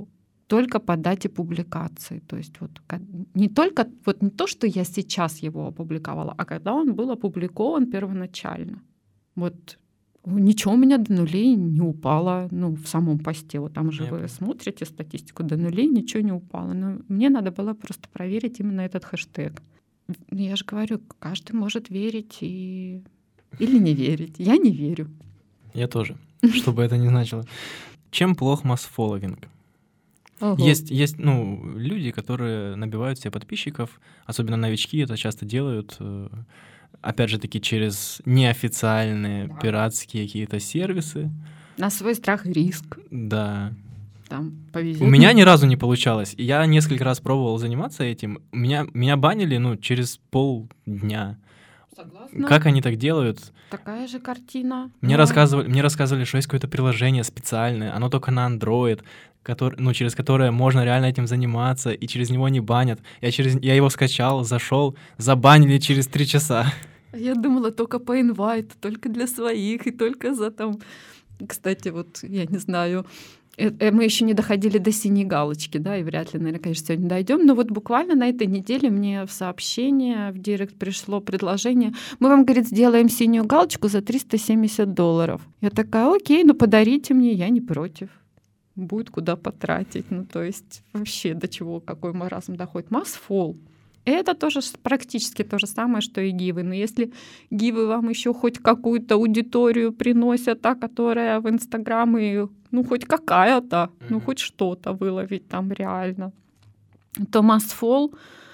только по дате публикации. То есть вот не только вот не то, что я сейчас его опубликовала, а когда он был опубликован первоначально. Вот ничего у меня до нулей не упало, ну, в самом посте. Вот там же Я вы понял. смотрите статистику, до нулей ничего не упало. Но мне надо было просто проверить именно этот хэштег. Я же говорю, каждый может верить и... или не верить. Я не верю. Я тоже, что бы это ни значило. Чем плох масс-фолловинг? Ого. Есть, есть, ну, люди, которые набивают себе подписчиков, особенно новички это часто делают, э, опять же таки через неофициальные Да. пиратские какие-то сервисы. На свой страх и риск. Да. Там повезет. У меня ни разу не получалось. И я несколько раз пробовал заниматься этим. Меня, меня банили, ну, через полдня. Согласна. Как они так делают? Такая же картина. Мне, Но рассказывали, мне рассказывали, что есть какое-то приложение специальное, оно только на Android, который, ну, через которое можно реально этим заниматься, и через него не банят. Я, через, я его скачал, зашел, забанили через три часа. Я думала только по инвайту, только для своих, и только за там... Кстати, вот я не знаю, э- э, мы еще не доходили до синей галочки, да, и вряд ли, наверное, конечно, сегодня дойдем. Но вот буквально на этой неделе мне в сообщение, в директ пришло предложение. Мы вам, говорит, сделаем синюю галочку за триста семьдесят долларов. Я такая, окей, ну подарите мне, я не против. Будет куда потратить. Ну, то есть вообще до чего, какой маразм доходит. Масс-фолл. Это тоже с- практически то же самое, что и гивы. Но если гивы вам еще хоть какую-то аудиторию приносят, та, которая в Инстаграм, и ну хоть какая-то, ну Мгм. хоть что-то выловить там реально, то масс-фолл,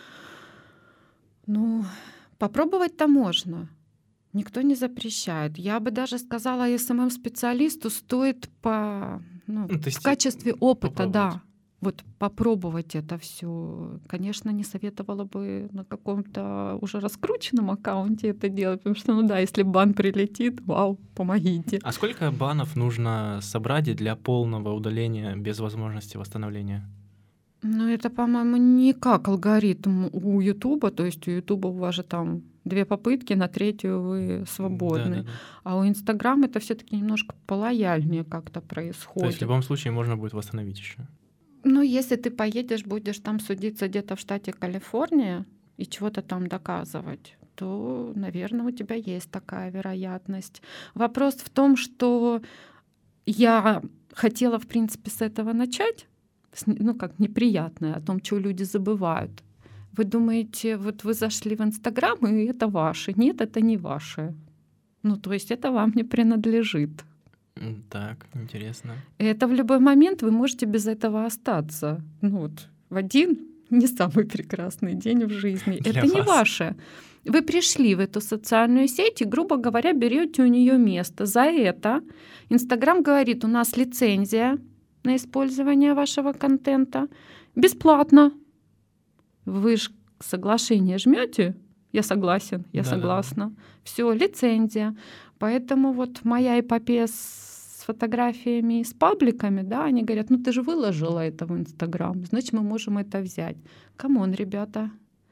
ну, попробовать-то можно. Никто не запрещает. Я бы даже сказала, эс эм эм-специалисту стоит по, ну, Ну, в тести- качестве опыта, да, попробовать. вот попробовать это все. Конечно, не советовала бы на каком-то уже раскрученном аккаунте это делать, потому что, ну да, если бан прилетит, вау, помогите. А сколько банов нужно собрать для полного удаления без возможности восстановления? Ну, это, по-моему, не как алгоритм у Ютуба, то есть у Ютуба у вас же там две попытки, на третью вы свободны. Да-да-да. А у Инстаграма это все-таки немножко полояльнее как-то То происходит. есть в любом случае можно будет восстановить еще. Ну, если ты поедешь, будешь там судиться где-то в штате Калифорния и чего-то там доказывать, то, наверное, у тебя есть такая вероятность. Вопрос в том, что я хотела, в принципе, с этого начать, с не- ну, как неприятное, о том, что люди забывают. Вы думаете, вот вы зашли в Инстаграм, и это ваше. Нет, это не ваше. Ну, то есть это вам не принадлежит. М, Так, интересно. И это в любой момент вы можете без этого остаться. Ну вот, в один не самый прекрасный день в жизни. Для это не вас. ваше. Вы пришли в эту социальную сеть и, грубо говоря, берете у нее место. За это Инстаграм говорит, у нас лицензия на использование вашего контента бесплатно. Вы ж соглашение жмете? Я согласен, я Да-да-да. согласна. Все, лицензия. Поэтому вот моя эпопея с фотографиями и с пабликами, да, они говорят, ну ты же выложила это в Инстаграм, значит, мы можем это взять. Камон, ребята.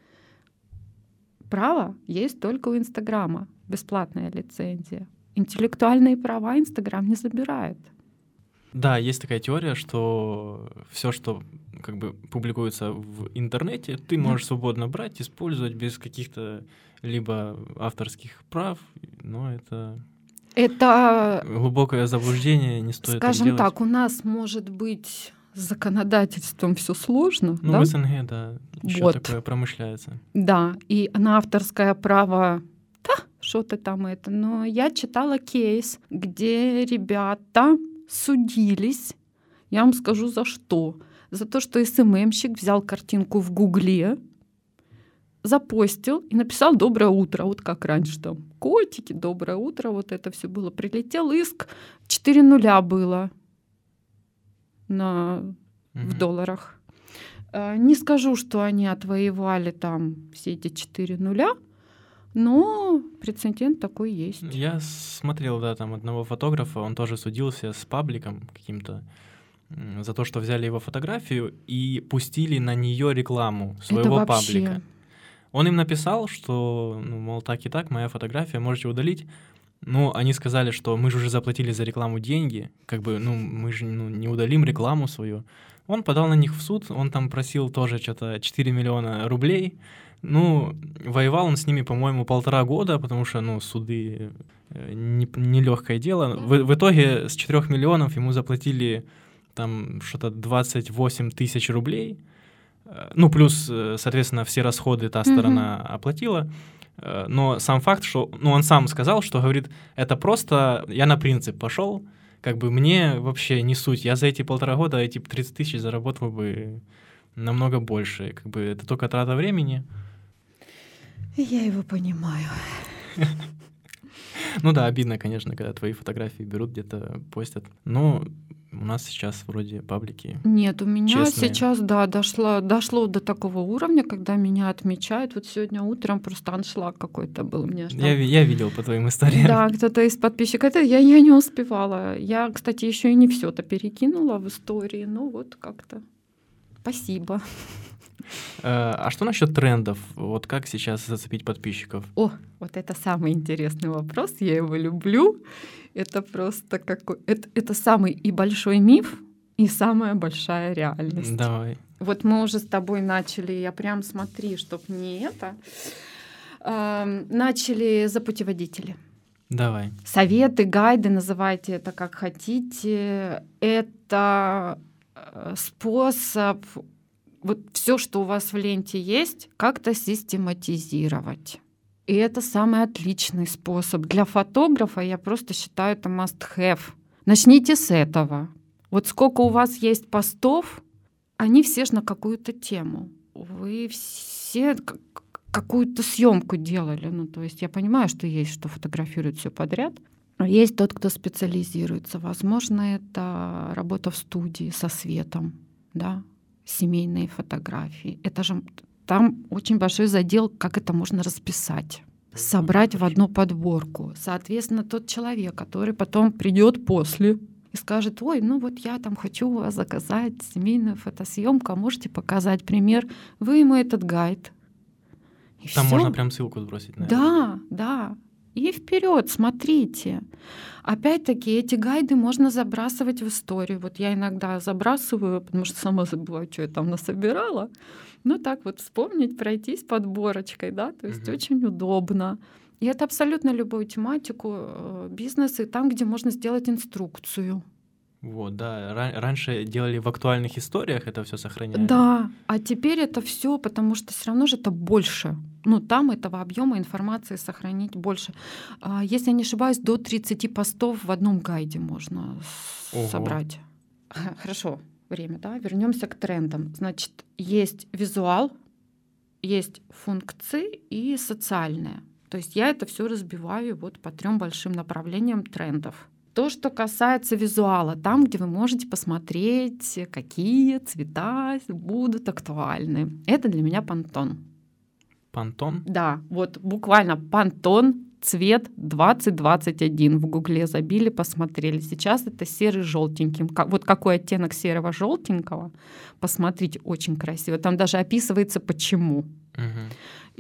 Право есть только у Инстаграма. Бесплатная лицензия. Интеллектуальные права Инстаграм не забирает. Да, есть такая теория, что все, что как бы публикуется в интернете, ты Да. можешь свободно брать, использовать без каких-то либо авторских прав, но это Это, глубокое заблуждение, не стоит так скажем делать. так, у нас может быть с законодательством все сложно, Ну, да? в СНГ, да, еще Вот. такое промышляется. Да, и на авторское право, да, что-то там это. Но я читала кейс, где ребята судились, я вам скажу за что. За то, что эс эм эм-щик взял картинку в Гугле, запостил и написал «Доброе утро», вот как раньше там котики, «Доброе утро», вот это все было. Прилетел иск, четыре нуля было на в Мгм. долларах. Э, Не скажу, что они отвоевали там все эти четыре нуля, но прецедент такой есть. Я смотрел, да, там одного фотографа, он тоже судился с пабликом каким-то м, за то, что взяли его фотографию и пустили на нее рекламу своего Это вообще... паблика. Он им написал, что, ну, мол, так и так, моя фотография, можете удалить. Ну, они сказали, что мы же уже заплатили за рекламу деньги, как бы, ну, мы же ну, не удалим рекламу свою. Он подал на них в суд, он там просил тоже что-то четыре миллиона рублей. Ну, воевал он с ними, по-моему, полтора года, потому что, ну, суды нелегкое не дело. В, в итоге с четырёх миллионов ему заплатили там что-то двадцать восемь тысяч рублей. Ну, плюс, соответственно, все расходы та сторона mm-hmm. оплатила. Но сам факт, что... Ну, он сам сказал, что, говорит, это просто... Я на принцип пошел, как бы мне вообще не суть. Я за эти полтора года эти тридцать тысяч заработал бы намного больше. Как бы это только трата времени. Я его понимаю. Ну да, обидно, конечно, когда твои фотографии берут, где-то постят. Но у нас сейчас вроде паблики Нет, у меня честные. Сейчас, да, дошло, дошло до такого уровня, когда меня отмечают. Вот сегодня утром просто аншлаг какой-то был. Мне аж там... я, я видел по твоим историям. Да, кто-то из подписчиков. Это я, я не успевала. Я, кстати, еще и не все-то перекинула в истории. Ну вот как-то. Спасибо. А что насчет трендов? Вот как сейчас зацепить подписчиков? О, вот это самый интересный вопрос. Я его люблю. Это просто какой... Это, это самый и большой миф, и самая большая реальность. Давай. Вот мы уже с тобой начали, я прям смотри, чтоб не это... Э, начали за путеводители. Давай. Советы, гайды, называйте это как хотите. Это способ... Вот все, что у вас в ленте есть, как-то систематизировать. И это самый отличный способ. Для фотографа, я просто считаю, это must-have. Начните с этого. Вот сколько у вас есть постов, они все же на какую-то тему. Вы все какую-то съемку делали. Ну, то есть я понимаю, что есть, что фотографируют все подряд. Но есть тот, кто специализируется. Возможно, это работа в студии со светом, да, семейные фотографии. Это же там очень большой задел, как это можно расписать, собрать в одну подборку. Соответственно, тот человек, который потом придет после и скажет: ой, ну вот я там хочу у вас заказать семейную фотосъемку, а можете показать пример? Вы ему этот гайд. И там всё. Можно прям ссылку сбросить, наверное. Да, да. И вперед, смотрите. Опять-таки, эти гайды можно забрасывать в историю. Вот я иногда забрасываю, потому что сама забываю, что я там насобирала. Ну так вот вспомнить, пройтись подборочкой, да, то есть угу. очень удобно. И это абсолютно любую тематику бизнеса, там, где можно сделать инструкцию. Вот, да. Раньше делали в актуальных историях, это все сохраняли. Да, а теперь это все, потому что все равно же это больше. Ну, там этого объема информации сохранить больше. Если я не ошибаюсь, до тридцати постов в одном гайде можно Ого. собрать. Хорошо, время, да? Вернемся к трендам. Значит, есть визуал, есть функции и социальные. То есть я это все разбиваю вот по трем большим направлениям трендов. То, что касается визуала, там, где вы можете посмотреть, какие цвета будут актуальны. Это для меня Pantone. Pantone? Да, вот буквально Pantone, цвет двадцать двадцать один. В Гугле забили, посмотрели. Сейчас это серый желтенький. Вот какой оттенок серого желтенького. Посмотрите, очень красиво. Там даже описывается, почему. Угу.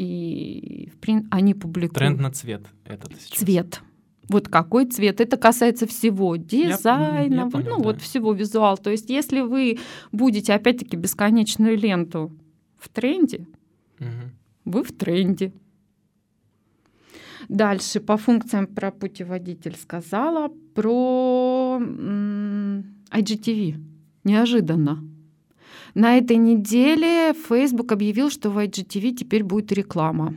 И они публикуют. Тренд на цвет этот сейчас. Цвет. Вот какой цвет. Это касается всего дизайна, я, я понял, ну да. вот всего визуала. То есть если вы будете, опять-таки, бесконечную ленту в тренде, угу. вы в тренде. Дальше по функциям про путеводитель сказала. Про м- ай джи ти ви. Неожиданно. На этой неделе Facebook объявил, что в ай джи ти ви теперь будет реклама.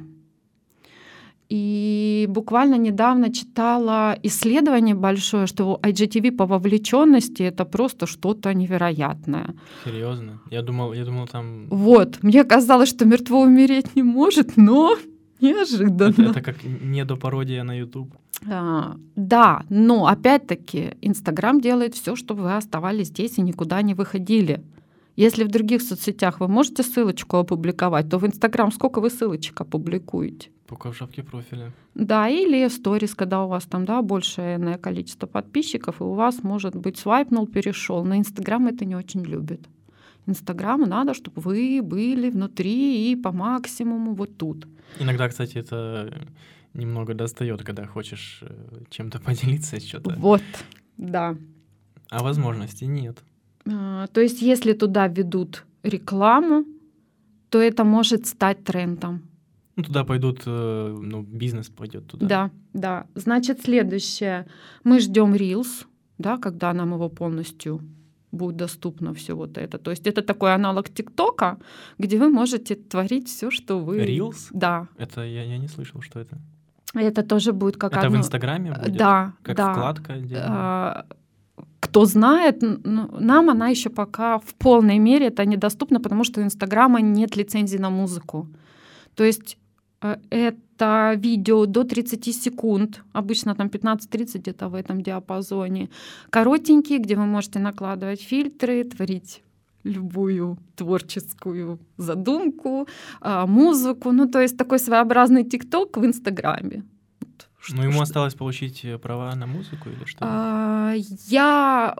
И буквально недавно читала исследование большое, что ай джи ти ви по вовлеченности это просто что-то невероятное. Серьезно? Я думал, я думал там... Вот, мне казалось, что мертво умереть не может, но неожиданно. Это, это как недопародия на YouTube. А, да, но опять-таки Инстаграм делает все, чтобы вы оставались здесь и никуда не выходили. Если в других соцсетях вы можете ссылочку опубликовать, то в Инстаграм сколько вы ссылочек опубликуете? Только в шапке профиля. Да, или сторис, когда у вас там, да, большее количество подписчиков, и у вас, может быть, свайпнул, перешел. На Инстаграм это не очень любит. Инстаграму надо, чтобы вы были внутри и по максимуму вот тут. Иногда, кстати, это немного достает, когда хочешь чем-то поделиться, что-то. Вот, да. А возможностей нет. А, То есть если туда ведут рекламу, то это может стать трендом. Ну, туда пойдут, э, ну, бизнес пойдет туда. Да, да. Значит, следующее. Мы ждем Reels, да, когда нам его полностью будет доступно все вот это. То есть это такой аналог ТикТока, где вы можете творить все, что вы... Reels? Да. Это я, я не слышал, что это. Это тоже будет как Это в одно- Инстаграме будет? Да, Как да. вкладка отдельная? А, Кто знает, н- ну, нам она еще пока в полной мере это недоступна, потому что у Инстаграма нет лицензии на музыку. То есть э, это видео до тридцати секунд, обычно там пятнадцать-тридцать где-то в этом диапазоне, коротенькие, где вы можете накладывать фильтры, творить любую творческую задумку, а, музыку. Ну, то есть такой своеобразный ТикТок в Инстаграме. Вот что- Ну, ему что- осталось получить э, права на музыку или что? А, Я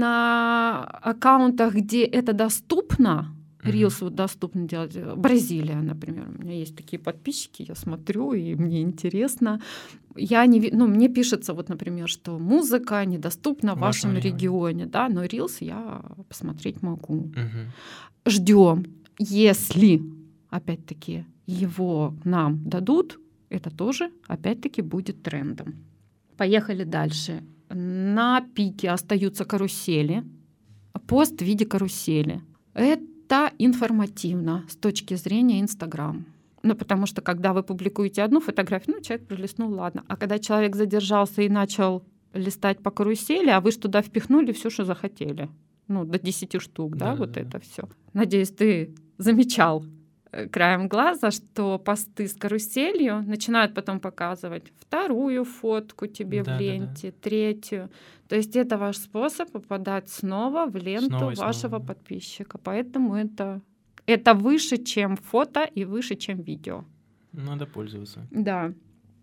на аккаунтах, где это доступно, Мгм. Reels вот доступно делать. Бразилия, например. У меня есть такие подписчики, я смотрю, и мне интересно. Я не, ви- ну, мне пишется, вот, например, что музыка недоступна в В вашем вашем регионе, да, но Reels я посмотреть могу. Мгм. Ждем, если, опять-таки, его нам дадут, это тоже, опять-таки, будет трендом. Поехали дальше. На пике остаются карусели, пост в виде карусели. Это информативно с точки зрения Инстаграм. Ну, потому что когда вы публикуете одну фотографию, ну, человек пролистнул, ладно. А когда человек задержался и начал листать по карусели, а вы ж туда впихнули все, что захотели. Ну, до десяти штук, да, вот Да-да-да. это все. Надеюсь, ты замечал э, краем глаза, что посты с каруселью начинают потом показывать вторую фотку тебе в Да-да-да. ленте, третью. То есть это ваш способ попадать снова в ленту Снова и вашего снова, да. подписчика. Поэтому это, это выше, чем фото и выше, чем видео. Надо пользоваться. Да.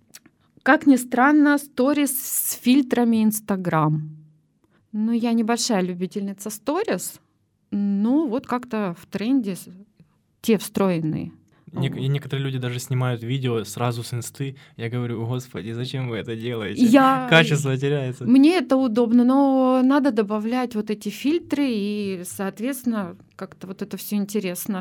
Как ни странно, сторис с фильтрами Инстаграм. Ну, я небольшая любительница сторис, но вот как-то в тренде с- те встроенные. Нек- Вот. и некоторые люди даже снимают видео сразу с инсты. Я говорю, господи, зачем вы это делаете? Я... Качество теряется. Мне это удобно, но надо добавлять вот эти фильтры, и, соответственно, как-то вот это все интересно.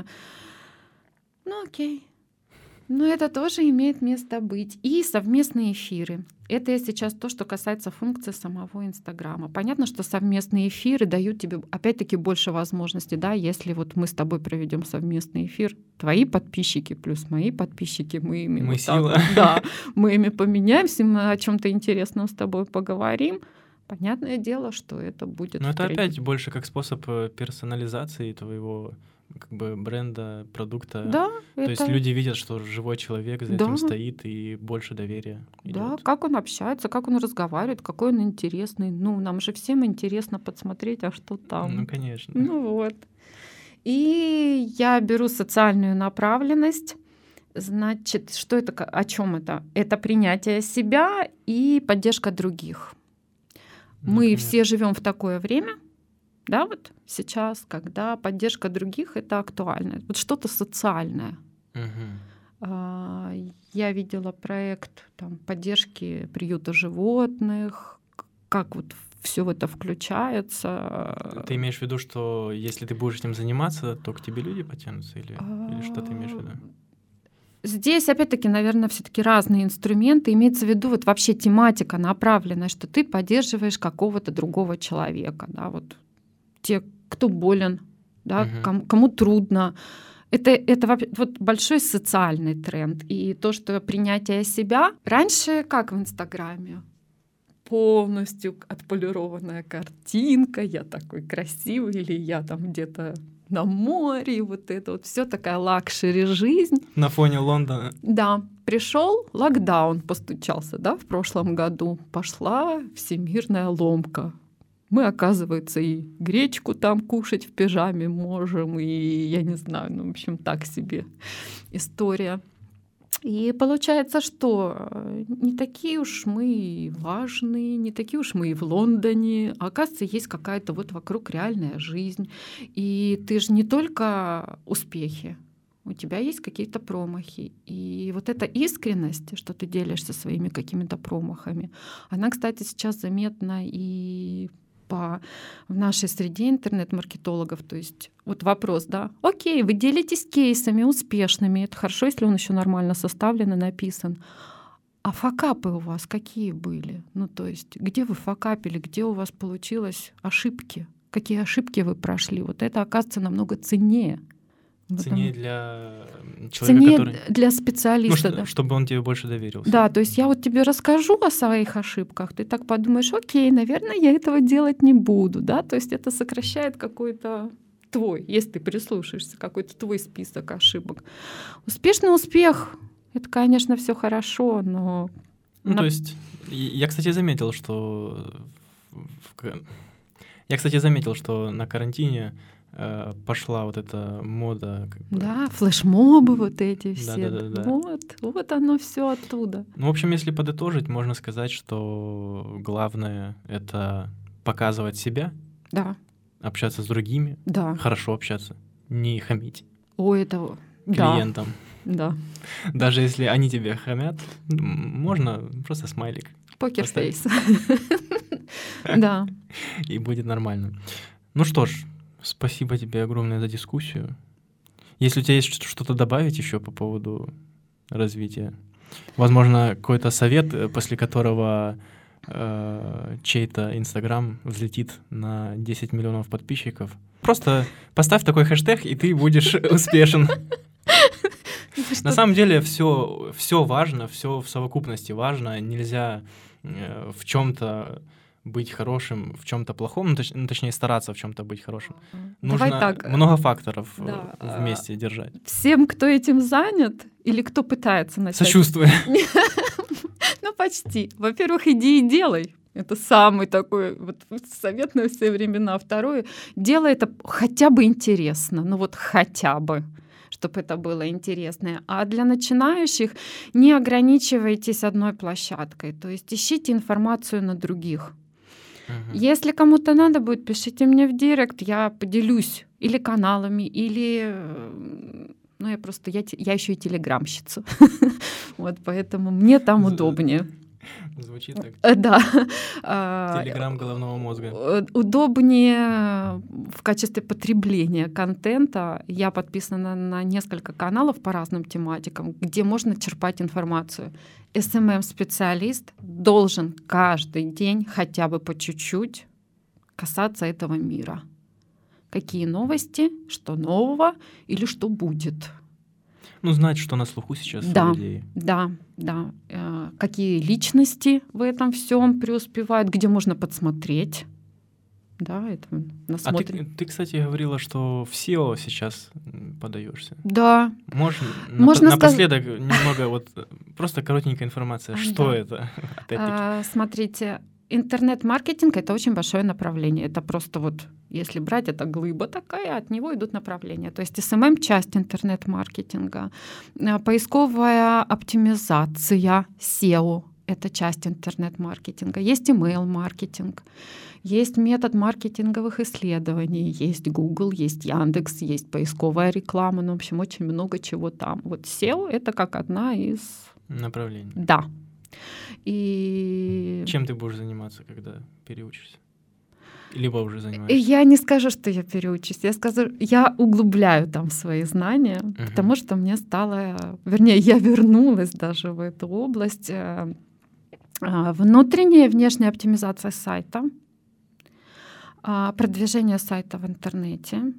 Ну, окей. Но это тоже имеет место быть. И совместные эфиры. Это я сейчас то, что касается функции самого Инстаграма. Понятно, что совместные эфиры дают тебе, опять-таки, больше возможностей. Да? Если вот мы с тобой проведем совместный эфир, твои подписчики плюс мои подписчики, мы ими Мы вот так сила. вот, да, мы ими поменяемся, мы о чем-то интересном с тобой поговорим. Понятное дело, что это будет... Но это в тренде. опять больше как способ э, персонализации твоего как бы бренда, продукта. Да, То это... есть люди видят, что живой человек за Да. этим стоит, и больше доверия Да, идет. как он общается, как он разговаривает, какой он интересный. Ну, нам же всем интересно подсмотреть, а что там. Ну, конечно. Ну вот. И я беру социальную направленность. Значит, что это, ка- о чем это? Это принятие себя и поддержка других. Мы Например. все живем в такое время, да, вот сейчас, когда поддержка других это актуально. Вот что-то социальное. Мгм. А, Я видела проект там, поддержки приюта животных, к- как вот все это включается. Ты имеешь в виду, что если ты будешь этим заниматься, то к тебе люди потянутся? Или, или что ты имеешь в виду? Здесь, опять-таки, наверное, все-таки разные инструменты. Имеется в виду вот вообще тематика направленная, что ты поддерживаешь какого-то другого человека, да, вот те, кто болен, да, Мгм. кому, кому трудно. Это, это вообще- вот большой социальный тренд. И то, что принятие себя раньше, как в Инстаграме, полностью отполированная картинка, я такой красивый, или я там где-то на море, вот это вот все такая лакшери жизнь. На фоне Лондона. Да, пришел локдаун, постучался, да, в прошлом году. Пошла всемирная ломка. Мы, оказывается, и гречку там кушать в пижаме можем, и я не знаю, ну, в общем, так себе история. И получается, что э, не такие уж мы и важные, не такие уж мы и в Лондоне. А оказывается, есть какая-то вот вокруг реальная жизнь. И ты же не только успехи, у тебя есть какие-то промахи. И вот эта искренность, что ты делишься своими какими-то промахами, она, кстати, сейчас заметна и по, в нашей среде интернет-маркетологов. То есть вот вопрос, да, окей, вы делитесь кейсами успешными, это хорошо, если он еще нормально составлен и написан. А факапы у вас какие были? Ну, то есть где вы факапили, где у вас получилось ошибки? Какие ошибки вы прошли? Вот это, оказывается, намного ценнее. Ценнее для человека, ценнее который... для специалиста, ну, да. Чтобы он тебе больше доверился. Да, то есть я вот тебе расскажу о своих ошибках, ты так подумаешь, окей, наверное, я этого делать не буду, да, то есть это сокращает какой-то твой, если ты прислушаешься, какой-то твой список ошибок. Успешный успех — это, конечно, все хорошо, но... Ну, на... то есть я, кстати, заметил, что... Я, кстати, заметил, что на карантине пошла вот эта мода. Как бы... Да, флешмобы вот эти все. Да, да, да, да. Вот, вот оно все оттуда. Ну, в общем, если подытожить, можно сказать, что главное — это показывать себя, да. общаться с другими, да. хорошо общаться, не хамить Ой, это... клиентам. Да. Даже если они тебе хамят, можно просто смайлик. Покерфейс. Да. И будет нормально. Ну что ж, спасибо тебе огромное за дискуссию. Если у тебя есть что-то добавить еще по поводу развития, возможно, какой-то совет, после которого э, чей-то Инстаграм взлетит на десять миллионов подписчиков, просто поставь такой хэштег, и ты будешь успешен. На самом деле все, все важно, все в совокупности важно. Нельзя э, в чем-то быть хорошим, в чем-то плохом, ну, точ, ну, точнее стараться в чем-то быть хорошим. Давай Нужно так. много факторов Да. вместе держать. Всем, кто этим занят или кто пытается начать... Сочувствую. Ну, почти. Во-первых, иди и делай. Это самый такой вот совет на все времена. Второе, делай это хотя бы интересно. Ну вот хотя бы, чтобы это было интересно. А для начинающих не ограничивайтесь одной площадкой. То есть ищите информацию на других. Uh-huh. Если кому-то надо будет, пишите мне в директ, я поделюсь или каналами, или... Ну, я просто... Я, я еще и телеграмщица. Вот, поэтому мне там удобнее. Звучит так. Да. Телеграм головного мозга. Удобнее в качестве потребления контента. Я подписана на несколько каналов по разным тематикам, где можно черпать информацию. эс эм эм-специалист должен каждый день хотя бы по чуть-чуть касаться этого мира. Какие новости, что нового или что будет. Ну, знать, что на слуху сейчас да, у людей. Да, да. Э, какие личности в этом всем преуспевают, где можно подсмотреть. Да, это насмотрим. А ты, ты, кстати, говорила, что в сео сейчас подаешься. Да. Можно, можно нап- сказ... напоследок немного вот просто коротенькая информация. Что да. это? А, смотрите, интернет-маркетинг — это очень большое направление. Это просто вот, если брать, это глыба такая, от него идут направления. То есть эс эм эм — часть интернет-маркетинга. Поисковая оптимизация, сео — это часть интернет-маркетинга. Есть email-маркетинг, есть метод маркетинговых исследований, есть Google, есть Яндекс, есть поисковая реклама. Ну, в общем, очень много чего там. Вот сео — это как одна из... направлений. Да. И... Чем ты будешь заниматься, когда переучишься? Либо уже занимаешься? Я не скажу, что я переучусь. Я скажу, я углубляю там свои знания, uh-huh. потому что мне стало... Вернее, я вернулась даже в эту область. Внутренняя и внешняя оптимизация сайта, продвижение сайта в интернете.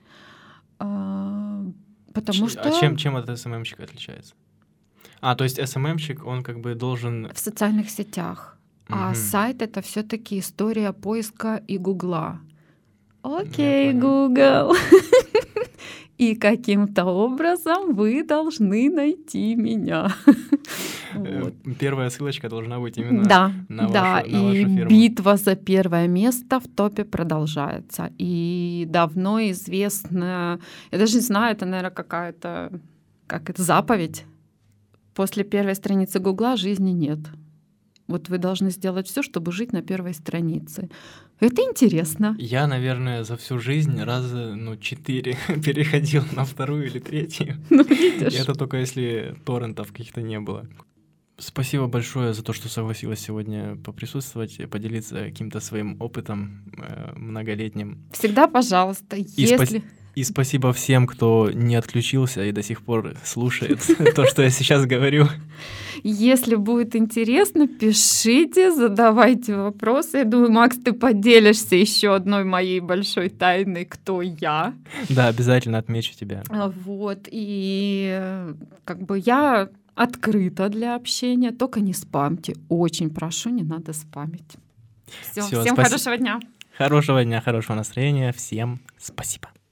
Потому Ч- что... А чем, чем от эс эм эм-щика отличается? А, то есть эс эм эм-щик, он как бы должен... В социальных сетях. Угу. А сайт — это все-таки история поиска и Гугла. Окей, Google. И каким-то образом вы должны найти меня. Вот. Первая ссылочка должна быть именно да, на, да, вашу, на вашу и фирму. Битва за первое место в топе продолжается. И давно известно, я даже не знаю, это, наверное, какая-то как это, заповедь. После первой страницы Гугла жизни нет. Вот вы должны сделать все, чтобы жить на первой странице. Это интересно. Я, наверное, за всю жизнь раза, ну, четыре переходил на вторую или третью. Ну, видишь. И это только если торрентов каких-то не было. Спасибо большое за то, что согласилась сегодня поприсутствовать, и поделиться каким-то своим опытом э, многолетним. Всегда, пожалуйста, И, если... спас- и спасибо всем, кто не отключился и до сих пор слушает то, что я сейчас говорю. Если будет интересно, пишите, задавайте вопросы. Я думаю, Макс, ты поделишься еще одной моей большой тайной, кто я. Да, обязательно отмечу тебя. А, Вот, и э, как бы я открыта для общения, только не спамьте. Очень прошу, не надо спамить. Все, Всё, всем спаси- хорошего дня. Хорошего дня, хорошего настроения. Всем спасибо.